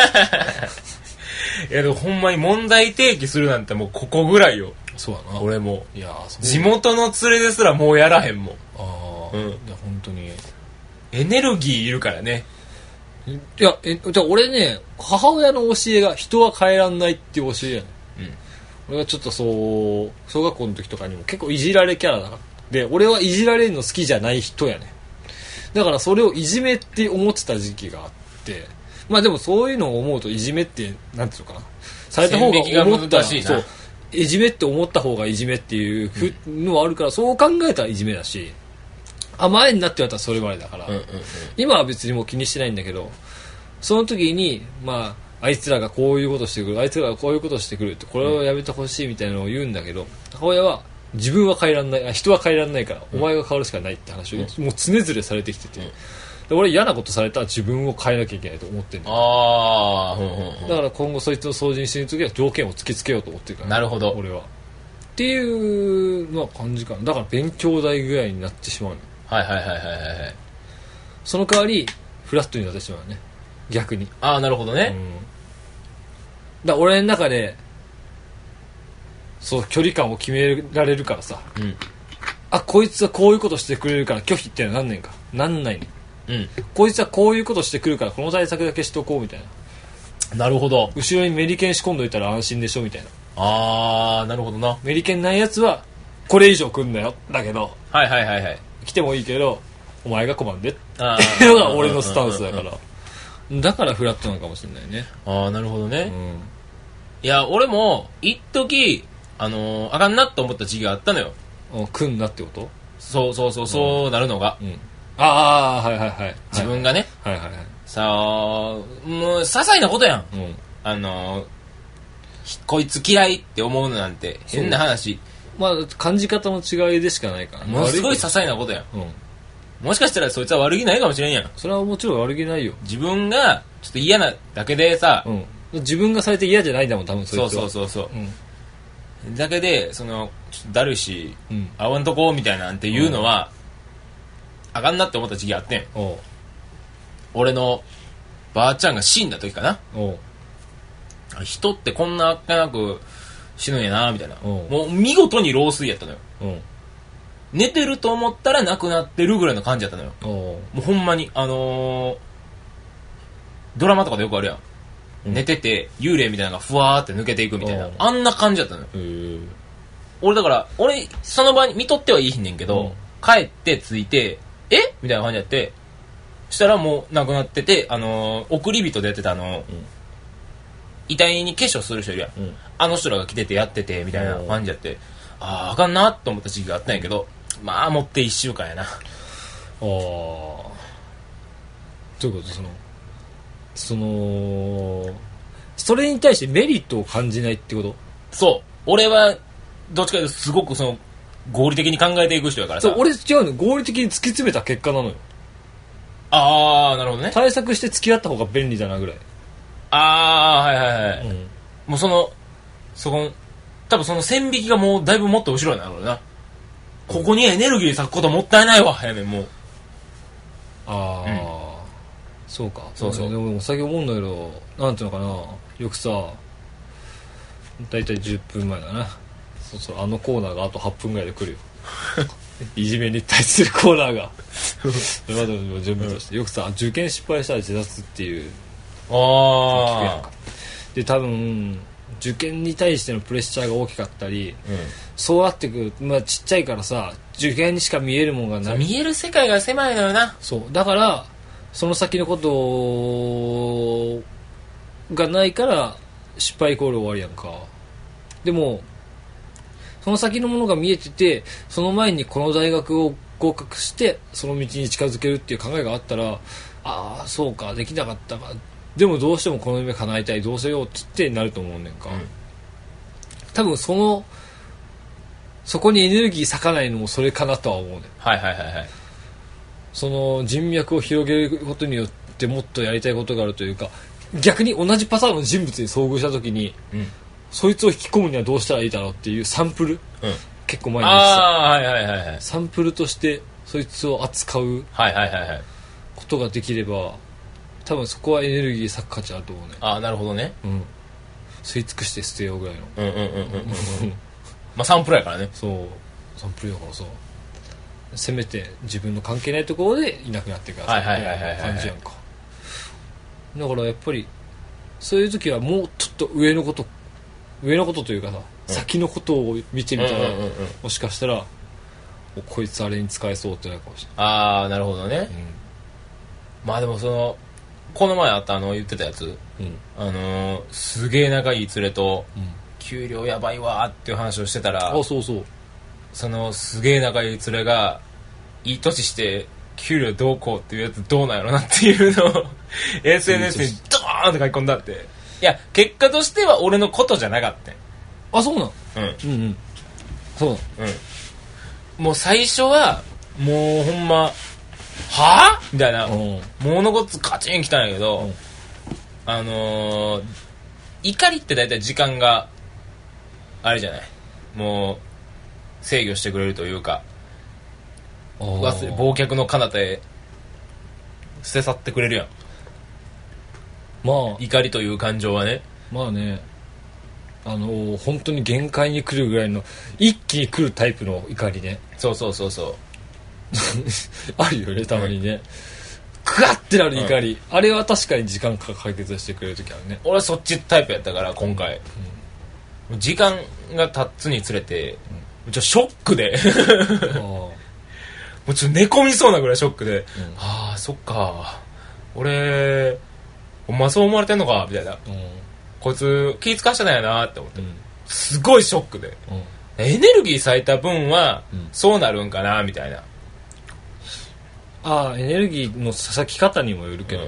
いやでもほんまに問題提起するなんてもうここぐらいよ。 そうだな。 俺もいや地元の連れですらもうやらへんもん。 いや本当にエネルギーいるからね。 いやじゃあ俺ね、母親の教えが人は変えらんないっていう教えやね、俺がちょっと小学校の時とかにも結構いじられキャラだからで、俺はいじられるの好きじゃない人やね。だからそれをいじめって思ってた時期があって、まあでもそういうのを思うといじめってなんていうのかな、された方が思ったらそういじめって思った方がいじめっていうのはあるから、そう考えたらいじめだし、前になって言われたらそれまでだから、今は別にもう気にしてないんだけど、その時にまああいつらがこういうことしてくる、あいつらがこういうことしてくるってこれをやめてほしいみたいなのを言うんだけど、母親は自分は変えらんない、人は変えらんないから、お前が変わるしかないって話をもう常々されてきてて、 で俺嫌なことされたら自分を変えなきゃいけないと思ってるんだよ。 ああ、 だから今後そいつの掃除にするときは条件を突きつけようと思ってるから、 なるほど。 俺はっていうのは感じかな。だから勉強代ぐらいになってしまうの。 はいはいはいはいはい。 その代わりフラットになってしまうね、逆に。 ああ、なるほどね。 だから俺の中でそう距離感を決められるからさ、 うん。 あ、こいつはこういうことしてくれるから拒否ってのはなんねんかなんないの。 うん。 こいつはこういうことしてくるからこの対策だけしとこうみたいな。 なるほど。 後ろにメリケン仕込んどいたら安心でしょみたいな。 ああ、なるほどな。 メリケンないやつはこれ以上来んなよだけどはいはいはいはい。 来てもいいけどお前が困んでってあいうのが俺のスタンスだからだからフラットなのかもしれないね。 ああ、なるほどね。 うん。 いや、俺も一時あかんなと思った時期があったのよ。 来んなってこと？ そうなるのが。 うん。ああ、はいはいはい。 自分がね、 はいはいはい。 さあ、もう、些細なことやん。 うん。 こいつ嫌いって思うのなんて変な話。 まあ、感じ方の違いでしかないからね。 ものすごい些細なことやん。 うん。 もしかしたらそいつは悪気ないかもしれんやん。 それはもちろん悪気ないよ。 自分がちょっと嫌なだけでさ、 うん。自分がされて嫌じゃないんだもん、多分そいつは。 そう。 うん。 だけで、ちょっとだるいし、 うん。 会わんとこみたいなんていうのは、あかんなって思った時期あってん。 おう。 俺のばあちゃんが死んだ時かな。 おう。 人ってこんなあっけなく死ぬんやなみたいな。 おうもう見事に老衰やったのよ。 おう。 寝てると思ったら亡くなってるぐらいの感じやったのよ。 おう。 もうほんまにドラマとかでよくあるやん。寝てて幽霊みたいなのがふわーって抜けていくみたいな、あんな感じだったのよ。俺だからその場に見とってはいいねんけど、帰って着いてみたいな感じやって、したらもう亡くなってて、送り人でやってた遺体に化粧する人いるやん、あの人らが来ててやっててみたいな感じやって、あかんなと思った時期があったんやけど、まあ持って1週間やな。 どういうこと？それに対してメリットを感じないってこと？ そう、俺はどっちかというとすごく合理的に考えていく人やからさ。 そう、俺違うの。合理的に突き詰めた結果なのよ。 ああ、なるほどね。 対策して付き合った方が便利だなぐらい。 ああ、はいはいはい。もう多分その線引きがもうだいぶもっと後ろになるな。ここにエネルギー割くこともったいないわ、やめんもう。 ああ、そうか。 そうでも最近思うんだけど、なんていうのかな、よくさ、だいたい10分前だな、そうあのコーナーがあと8分ぐらいで来るよいじめに対するコーナーがまだ準備として、よくさ、受験失敗したら自殺っていう聞くやんか。で多分受験に対してのプレッシャーが大きかったり、そうなってくる、まあちっちゃいからさ、受験にしか見えるもんがない、 見える世界が狭いのよな。 そうだからその先のことがないから失敗イコール終わりやんか。でもその先のものが見えてて、その前にこの大学を合格してその道に近づけるっていう考えがあったら、ああそうか、できなかったか、でもどうしてもこの夢叶えたい、どうせよって言ってなると思うねんか、多分そこにエネルギー割かないのもそれかなとは思うねん。 はいはいはいはい。 その人脈を広げることによってもっとやりたいことがあるというか、逆に同じパターンの人物に遭遇した時に、そいつを引き込むにはどうしたらいいだろうっていうサンプル、結構前に言ってた、 はいはいはいはい、 サンプルとしてそいつを扱うことができれば、多分そこはエネルギー割く価値あると思うね。 なるほどね。 吸い尽くして捨てようぐらいのまあサンプルやからね。 そうサンプルだからさ、せめて自分の関係ないところでいなくなってくださいみたいな感じやんか。だからやっぱりそういう時はもうちょっと上のことというかさ、先のことを見てみたら、もしかしたらこいつあれに使えそうってなるかもしれない。 なるほどね。まあでもこの前あった言ってたやつ、すげえ仲いい連れと、給料やばいわっていう話をしてたら、 そうそのすげえ仲いい連れがいい年して給料どうこうっていうやつどうなんやろなっていうのをSNS にドーンって書き込んだって。いや結果としては俺のことじゃなかったん。 そうなん。そうなん。 もう最初はもうほんまはぁみたいな、 うん物ごっつカチン来たんやけど、怒りって大体時間があれじゃない、もう制御してくれるというか、忘却の彼方へ捨て去ってくれるやん。 まあ怒りという感情はね。 まあね、本当に限界に来るぐらいの一気に来るタイプの怒りね。 そうそうそうそう。 あるよね、たまにね。グワッてなる怒り、あれは確かに時間か解決してくれる時あるね。 俺はそっちタイプやったから今回、時間が経つにつれて、ショックでもうちょっと寝込みそうなぐらいショックで、ああそっか俺お前そう思われてんのかみたいな、こいつ気使わしてないよなって思って、すごいショックで、エネルギー割いた分はそうなるんかなみたいな。 エネルギーの割き方にもよるけど、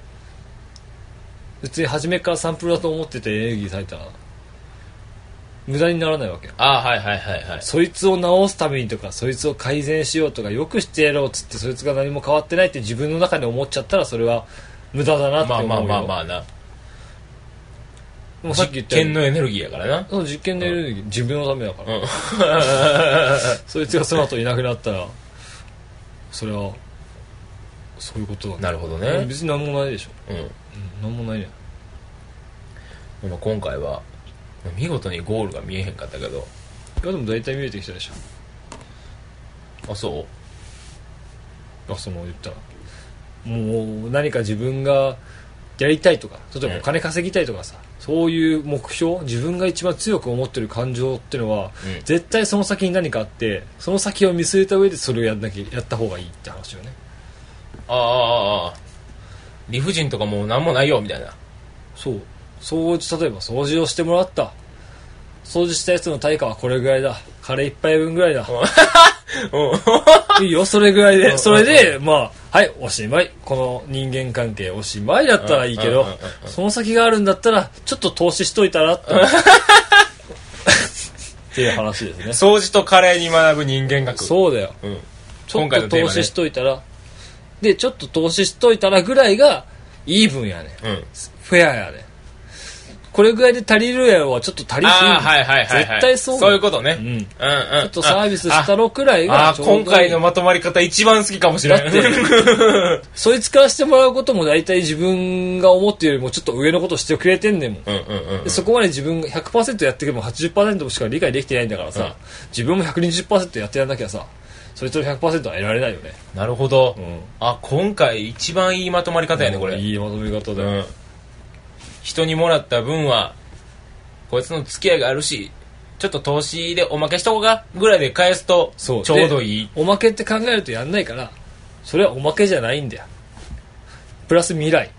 別に初めからサンプルだと思っててエネルギー割いたら無駄にならないわけよ。 はいはいはいはい。 そいつを直すためにとか、そいつを改善しようとか、よくしてやろうっつってそいつが何も変わってないって自分の中で思っちゃったら、それは無駄だなって思うよ。 まあな。 もうさっき言ったように実験のエネルギーやからな。 そう、実験のエネルギー、自分のためだから、そいつがその後いなくなったらそれはそういうことだね。 なるほどね。 別に何もないでしょ。何もないね。 今回は見事にゴールが見えへんかったけど、 いやでも大体見えてきたでしょ。 あ、そう。 その言ったらもう何か自分がやりたいとか、例えばお金稼ぎたいとかさ、そういう目標、自分が一番強く思ってる感情っていうのは、絶対その先に何かあって、その先を見据えた上でそれをやった方がいいって話よね。 理不尽とかもう何もないよみたいな。 そう、例えば掃除をしてもらった、掃除したやつの対価はこれぐらいだ、カレー一杯分ぐらいだいいよそれぐらいで、それではいおしまい、この人間関係おしまいだったらいいけど、その先があるんだったらちょっと投資しといたらっていう話ですね。 掃除とカレーに学ぶ人間学。 そうだよ、ちょっと投資しといたら、でちょっと投資しといたらぐらいがイーブンやね、フェアやね。これぐらいで足りるやろはちょっと足りひん。絶対そう。 そういうことね。 ちょっとサービスしたろくらいがちょうどいい。 今回のまとまり方一番好きかもしれない。 そいつからしてもらうことも大体自分が思ってるよりもちょっと上のことしてくれてんねんもん。でそこまで自分が 100% やってけば 80% しか理解できてないんだからさ、自分も 120% やってやんなきゃさ、そいつの 100% は得られないよね。 なるほど。今回一番いいまとまり方やねこれ。 いいまとめ方だよ。 人にもらった分はこいつの付き合いがあるし、ちょっと投資でおまけしとこうかぐらいで返すとちょうどいい。 おまけって考えるとやんないから、それはおまけじゃないんだよ。プラス未来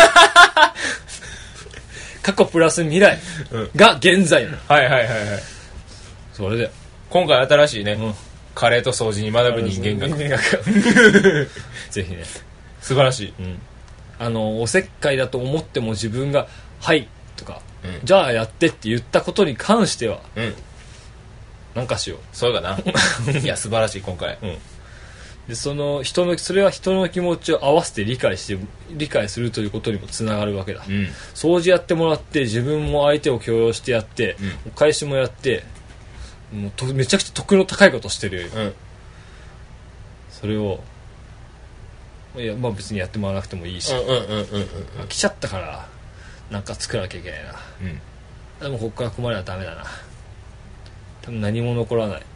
過去プラス未来が現在の、それで今回新しいね、カレーと掃除に学ぶ人間学ぜひね、 素晴らしい。 おせっかいだと思っても自分がはいとか、じゃあやってって言ったことに関しては、なんかしよう。 そうかな。いや素晴らしい今回。 でそれは人の気持ちを合わせて理解するということにもつながるわけだ。掃除やってもらって自分も相手を許容してやって、お返しもやって、もうめちゃくちゃ得の高いことしてるよ、それを別にやってもらわなくてもいいし、飽きちゃったからなんか作らなきゃいけないな、でもここから困ればダメだな、多分何も残らない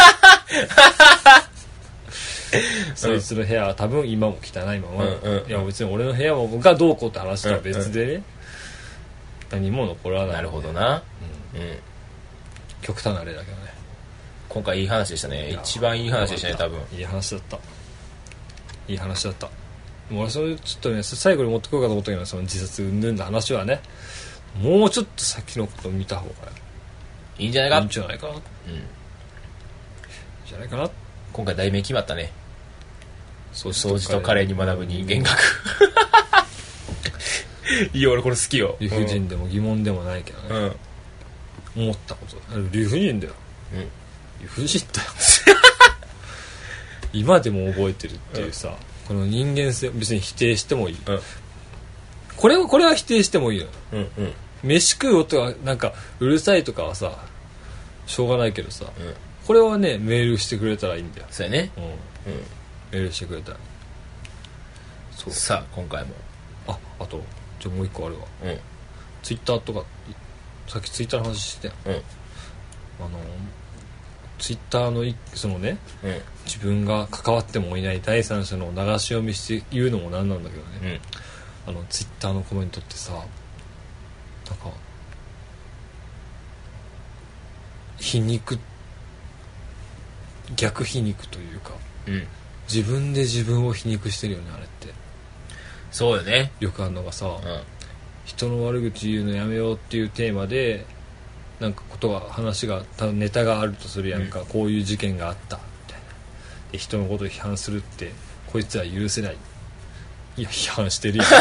そいつの部屋は多分今も汚いまま、いや別に俺の部屋がどうこうって話とは別でね、何も残らない。 なるほどな。 極端な例だけどね。 今回いい話でしたね。一番いい話でしたね多分。 いい話だった。でも俺それちょっとね最後に持ってこようかと思ったけど、その自殺云々の話はね、もうちょっと先のことを見た方がいいんじゃないか。 いいんじゃないかな。じゃないかな。 今回題名決まったね。掃除とカレーに学ぶ人間学。いいよ俺これ好きよ。 理不尽でも疑問でもないけどね、思ったこと理不尽だよ、理不尽だよ今でも覚えてるっていうさ、 この人間性別に否定してもいい、 うん、 これは否定してもいいよ、 うんうん、 飯食う音がなんかうるさいとかはさしょうがないけどさ、 うん、 これはねメールしてくれたらいいんだよ。 そうやね、 うんうん、メールしてくれたらそう。さあ今回もあともう一個あるわ、 うん、 ツイッターとかさっきツイッターの話してたよ、うん、ツイッターのそのね、うん、自分が関わってもいない第三者の流し読みして言うのもなんなんだけどね、うん、ツイッターのコメントってさなんか逆皮肉というか、うん、自分で自分を皮肉してるよねあれって。 そうよね。 よくあるのがさ、うん、人の悪口言うのやめようっていうテーマでなんか話がネタがあるとするやんか、うん、こういう事件があったみたいなで人のことを批判するってこいつは許せない。いや批判してるやん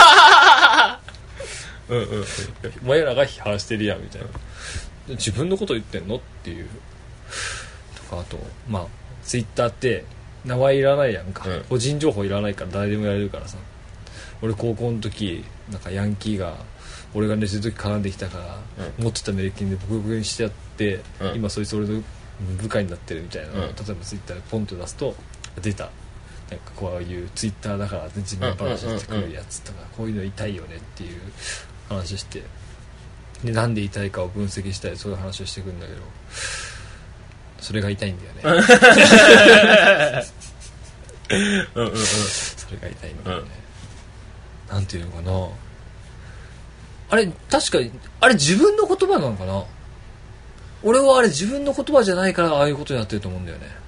うんうん、お前らが批判してるやんみたいな、自分のこと言ってんのっていうとか、あとまあツイッターって名前いらないやんか、うん、個人情報いらないから誰でもやれるからさ。俺高校の時なんかヤンキーが俺が寝てる時絡んできたから、うん、持ってたメリケンでボコボコにしてやって、うん、今そいつ俺の部下になってるみたいな、うん、例えばツイッターでポンと出すと出たなんかこういうツイッターだから自分話してくるやつとか、こういうの痛いよねっていう話してでなんで痛いかを分析したりそういう話をしてくるんだけどそれが痛いんだよねうんうん、うん、それが痛いんだよね、うん、なんていうのかなあれ確かにあれ自分の言葉なのかな。俺はあれ自分の言葉じゃないからああいうことになってると思うんだよね。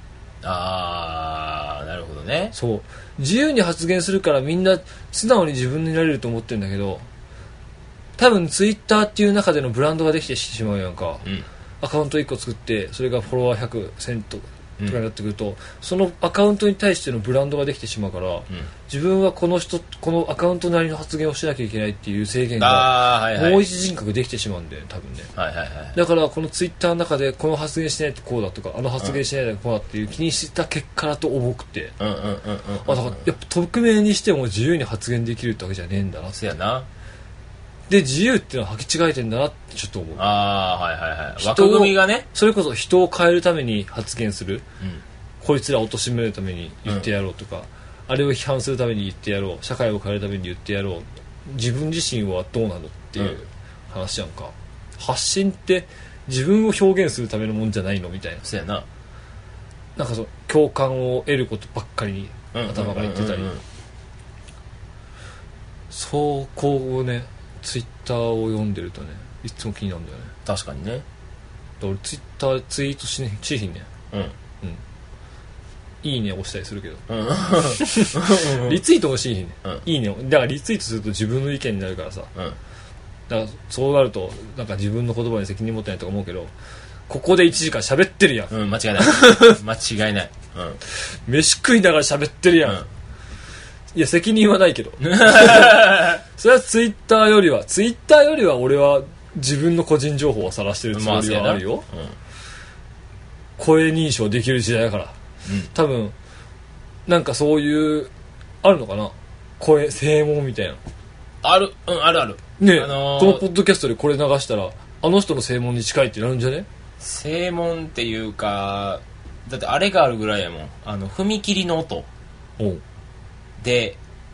あーなるほどね。 そう自由に発言するからみんな素直に自分になれると思ってるんだけど多分ツイッターっていう中でのブランドができてしまうやんか、うん、アカウント1個作ってそれがフォロワー100セントとかになってくると、うん、そのアカウントに対してのブランドができてしまうから、うん、自分はこのアカウントなりの発言をしなきゃいけないっていう制限が、はいはい、もう一人格できてしまうんだよね多分ね、はいはいはい、だからこのツイッターの中でこの発言しないとこうだとかあの発言しないとこうだっていう気にした結果だと重くて、だからやっぱ匿名にしても自由に発言できるってわけじゃねえんだなって。 そうやな。 で自由っていうのは履き違えてんだなってちょっと思う。 ああはいはいはい。枠組みがね。 それこそ人を変えるために発言する、うん、こいつらを貶めるために言ってやろうとか、うん、あれを批判するために言ってやろう、社会を変えるために言ってやろう、自分自身はどうなのっていう話やんか、うん、発信って自分を表現するためのもんじゃないのみたいな。 そうやな。 なんか共感を得ることばっかりに頭が言ってたり、そうこうねツイッターを読んでるとねいつも気になるんだよね。 確かにね。 俺ツイッターツイートしひんね、うんうん、いいね押したりするけど、うん、リツイートもしひんね、うん、いいねだからリツイートすると自分の意見になるからさ、うん、だからそうなるとなんか自分の言葉に責任持ってないとか思うけどここで1時間喋ってるやん、 うん、間違いない間違いない、 うん、飯食いながら喋ってるやん、うん、いや責任はないけどそれはツイッターよりは俺は自分の個人情報を晒してるつもりはあるよ、まあうん、声認証できる時代だから、うん、多分なんかそういうあるのかな声声紋みたいなある、うん、あるあるね、このポッドキャストでこれ流したらあの人の声紋に近いってなるんじゃね。 声紋っていうかだってあれがあるぐらいやもん踏切の音で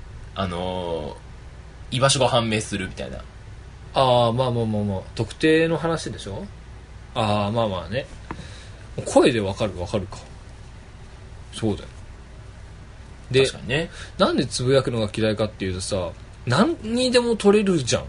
居場所が判明するみたいな。 ああまあ特定の話でしょ。ああまあね声でわかるかそうだよ。で確かにね。 なんでつぶやくのが嫌いかっていうとさ何にでも取れるじゃん、うん、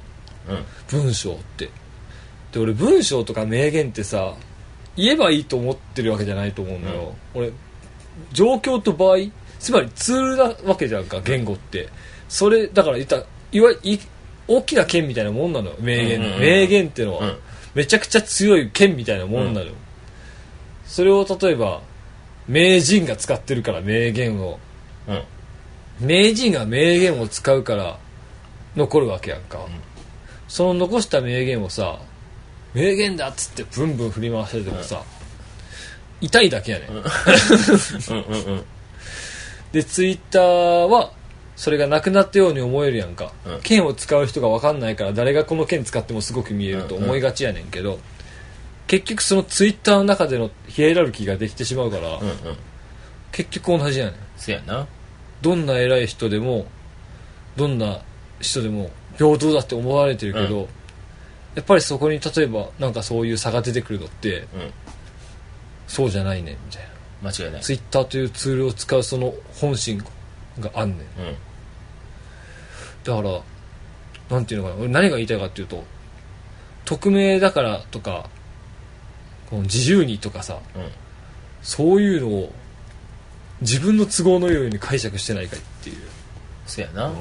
文章ってで俺文章とか名言ってさ言えばいいと思ってるわけじゃないと思うのよ、うん、俺状況と場合つまりツールなわけじゃんか言語ってそれだから大きな剣みたいなもんなのよ名言、うんうんうん、名言ってのは、うん、めちゃくちゃ強い剣みたいなもんなのよ、うん、それを例えば名人が使ってるから名言を、うん、名人が名言を使うから残るわけやんか、うん、その残した名言をさ名言だっつってブンブン振り回しててもさ、うん、痛いだけやね、うんうんうんうん、 でツイッターはそれがなくなったように思えるやんか、剣を使う人が分かんないから誰がこの剣使ってもすごく見えると思いがちやねんけど、結局そのツイッターの中でのヒエラルキーができてしまうから、結局同じやねん。 そうやな。 どんな偉い人でもどんな人でも平等だって思われてるけど、やっぱりそこに例えばなんかそういう差が出てくるのって、そうじゃないねみたいな。 間違いない。 ツイッターというツールを使うその本心があんねん、だからなんていうのかな、俺何が言いたいかっていうと、匿名だからとかこの自由にとかさ、そういうのを自分の都合のように解釈してないかいっていう。 そうやな、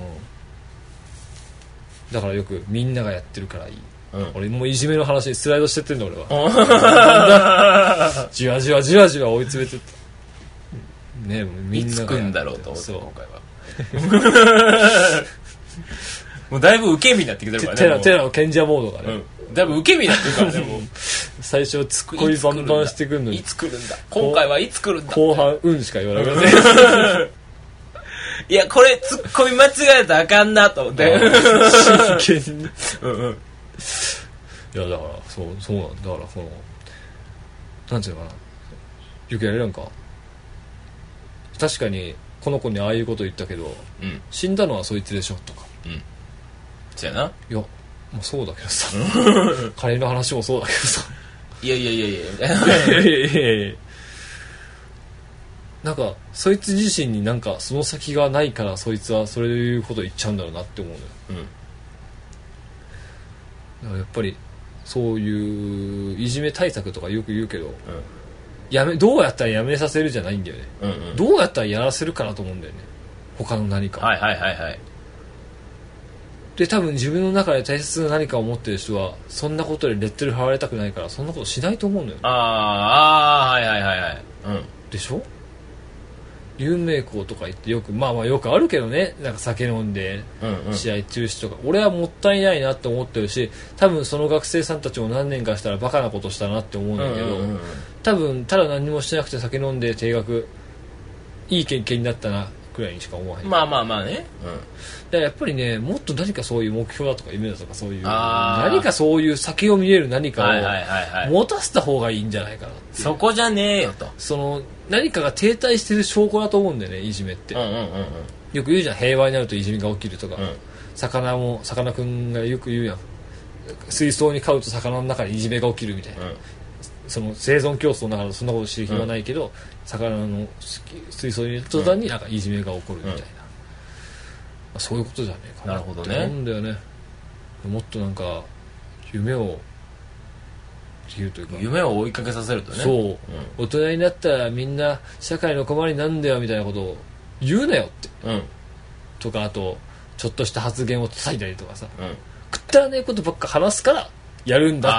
だからよくみんながやってるからいい、俺もういじめの話にスライドしてってんだ俺はじわじわじわじわ追い詰めてねえ、みんながいつ来んだろうと思って今回はもうだいぶ受け身になってきてるからね。 テラの賢者モードがね、 だいぶ受け身になってるからねもう最初ツッコミバンバンしてくるのにいつ来るんだ今回はいつ来るんだ後半しか言わなくなっていやこれツッコミ間違えたらあかんなと思って真剣にいやだからそうなんだからこのなんていうのかな、よくやれるんか、確かにこの子にああいうこと言ったけど、死んだのはそいつでしょとか、 そうやな。 いやもうそうだけどさ彼の話もそうだけどさいやみたいななんかそいつ自身になんかその先がないからそいつはそれいうこと言っちゃうんだろうなって思うのよ、だからやっぱりそういういじめ対策とかよく言うけど、どうやったらやめさせるじゃないんだよね、どうやったらやらせるかなと思うんだよね、他の何か。で多分自分の中で大切な何かを持ってる人はそんなことでレッテル貼られたくないからそんなことしないと思うんだよね。でしょ。有名校とか行ってよくよくあるけどね、なんか酒飲んで試合中止とか、俺はもったいないなって思ってるし、多分その学生さんたちも何年かしたらバカなことしたなって思うんだけど、多分ただ何もしてなくて酒飲んで定額いい経験になったなくらいにしか思わへん。 まあね、 だからやっぱりね、もっと何かそういう目標だとか夢だとかそういう何かそういう先を見える何かを持たせた方がいいんじゃないかなって。 そこじゃねえよと、 その何かが停滞してる証拠だと思うんだよね、いじめって。よく言うじゃん、平和になるといじめが起きるとか、さかなクンがよく言うやん、水槽に飼うと魚の中にいじめが起きるみたいな、その生存競争の中でそんなこと知る暇はないけど、魚の水槽に入れた途端になんかいじめが起こるみたいな、そういうことじゃねえかなって思うんだよね。もっとなんか夢を夢を追いかけさせるとね、 そう、大人になったらみんな社会の困りなんだよみたいなことを言うなよって、とか、あとちょっとした発言を叩いたりとかさ、くったらねえことばっか話すからやるんだって。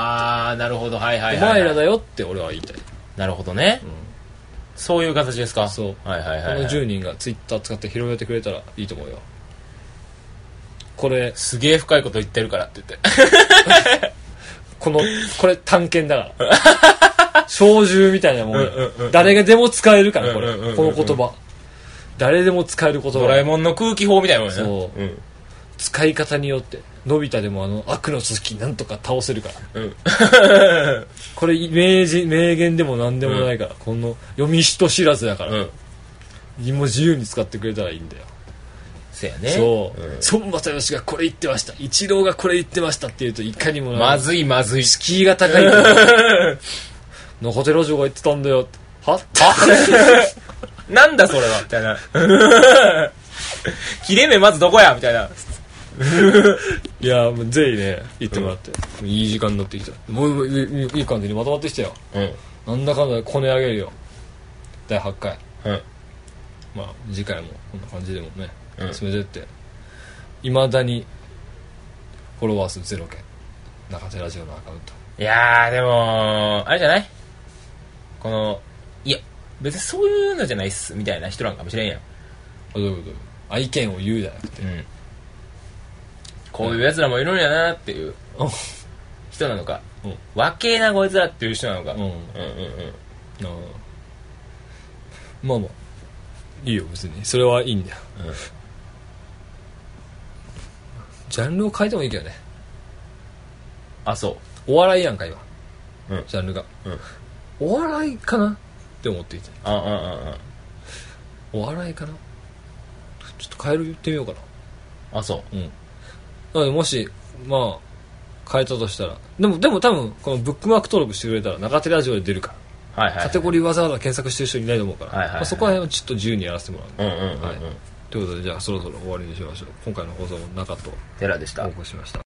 なるほど、お前らだよって俺は言いたい。 なるほどね、そういう形ですか。 そう、この10人がツイッター使って広めてくれたらいいと思うよ。これすげえ深いこと言ってるからって言ってこれ探検だから小銃みたいなもん、誰がでも使えるから、この言葉誰でも使える言葉、 ドラえもんの空気砲みたいなもんね。 そう、使い方によってのび太でも悪の組織なんとか倒せるから、これ名言でも何でもないから、この読み人知らずだから、もう自由に使ってくれたらいいんだよ。 そうやね。 そう、孫正義がこれ言ってました、一郎がこれ言ってましたっていうといかにもまずい敷居が高い中寺城が言ってたんだよって、はなんだそれはみたいな切れ目まずどこやみたいな。 いやもうぜひね言ってもらって、いい時間になってきた。もういい感じにまとまってきたよ、なんだかんだこね上げるよ第8回、まあ次回もこんな感じでもね進めてって、いまだにフォロワー数0件、中手ラジオのアカウント。 いやーでもあれじゃない、このいや別にそういうのじゃないっすみたいな人なんかもしれんやん。 どういうこと？意見を言うじゃなくて、 こういうやつらもいるんやなっていう人なのか、わけえなこいつらっていう人なのか、 まあまあいいよ別にそれはいいんだよ、 うん、 ジャンルを変えてもいいけどね。 あ、そお笑いやんか今、 う、うん、 ジャンルが、 うん、 お笑いかなって思っていて、お笑いかな、ちょっと変えてみようかな。 あ、そうん。なのでもしまあ変えたとしたら、でも多分このブックマーク登録してくれたら中手ラジオで出るから、 はいはい、 カテゴリーわざわざ検索してる人いないと思うから、 はいはいはい、 まあ、そこはちょっと自由にやらせてもらう、 うんうんうんうん、 はい、ということでじゃあそろそろ終わりにしましょう。今回の放送も中と寺でした。 お送りしました。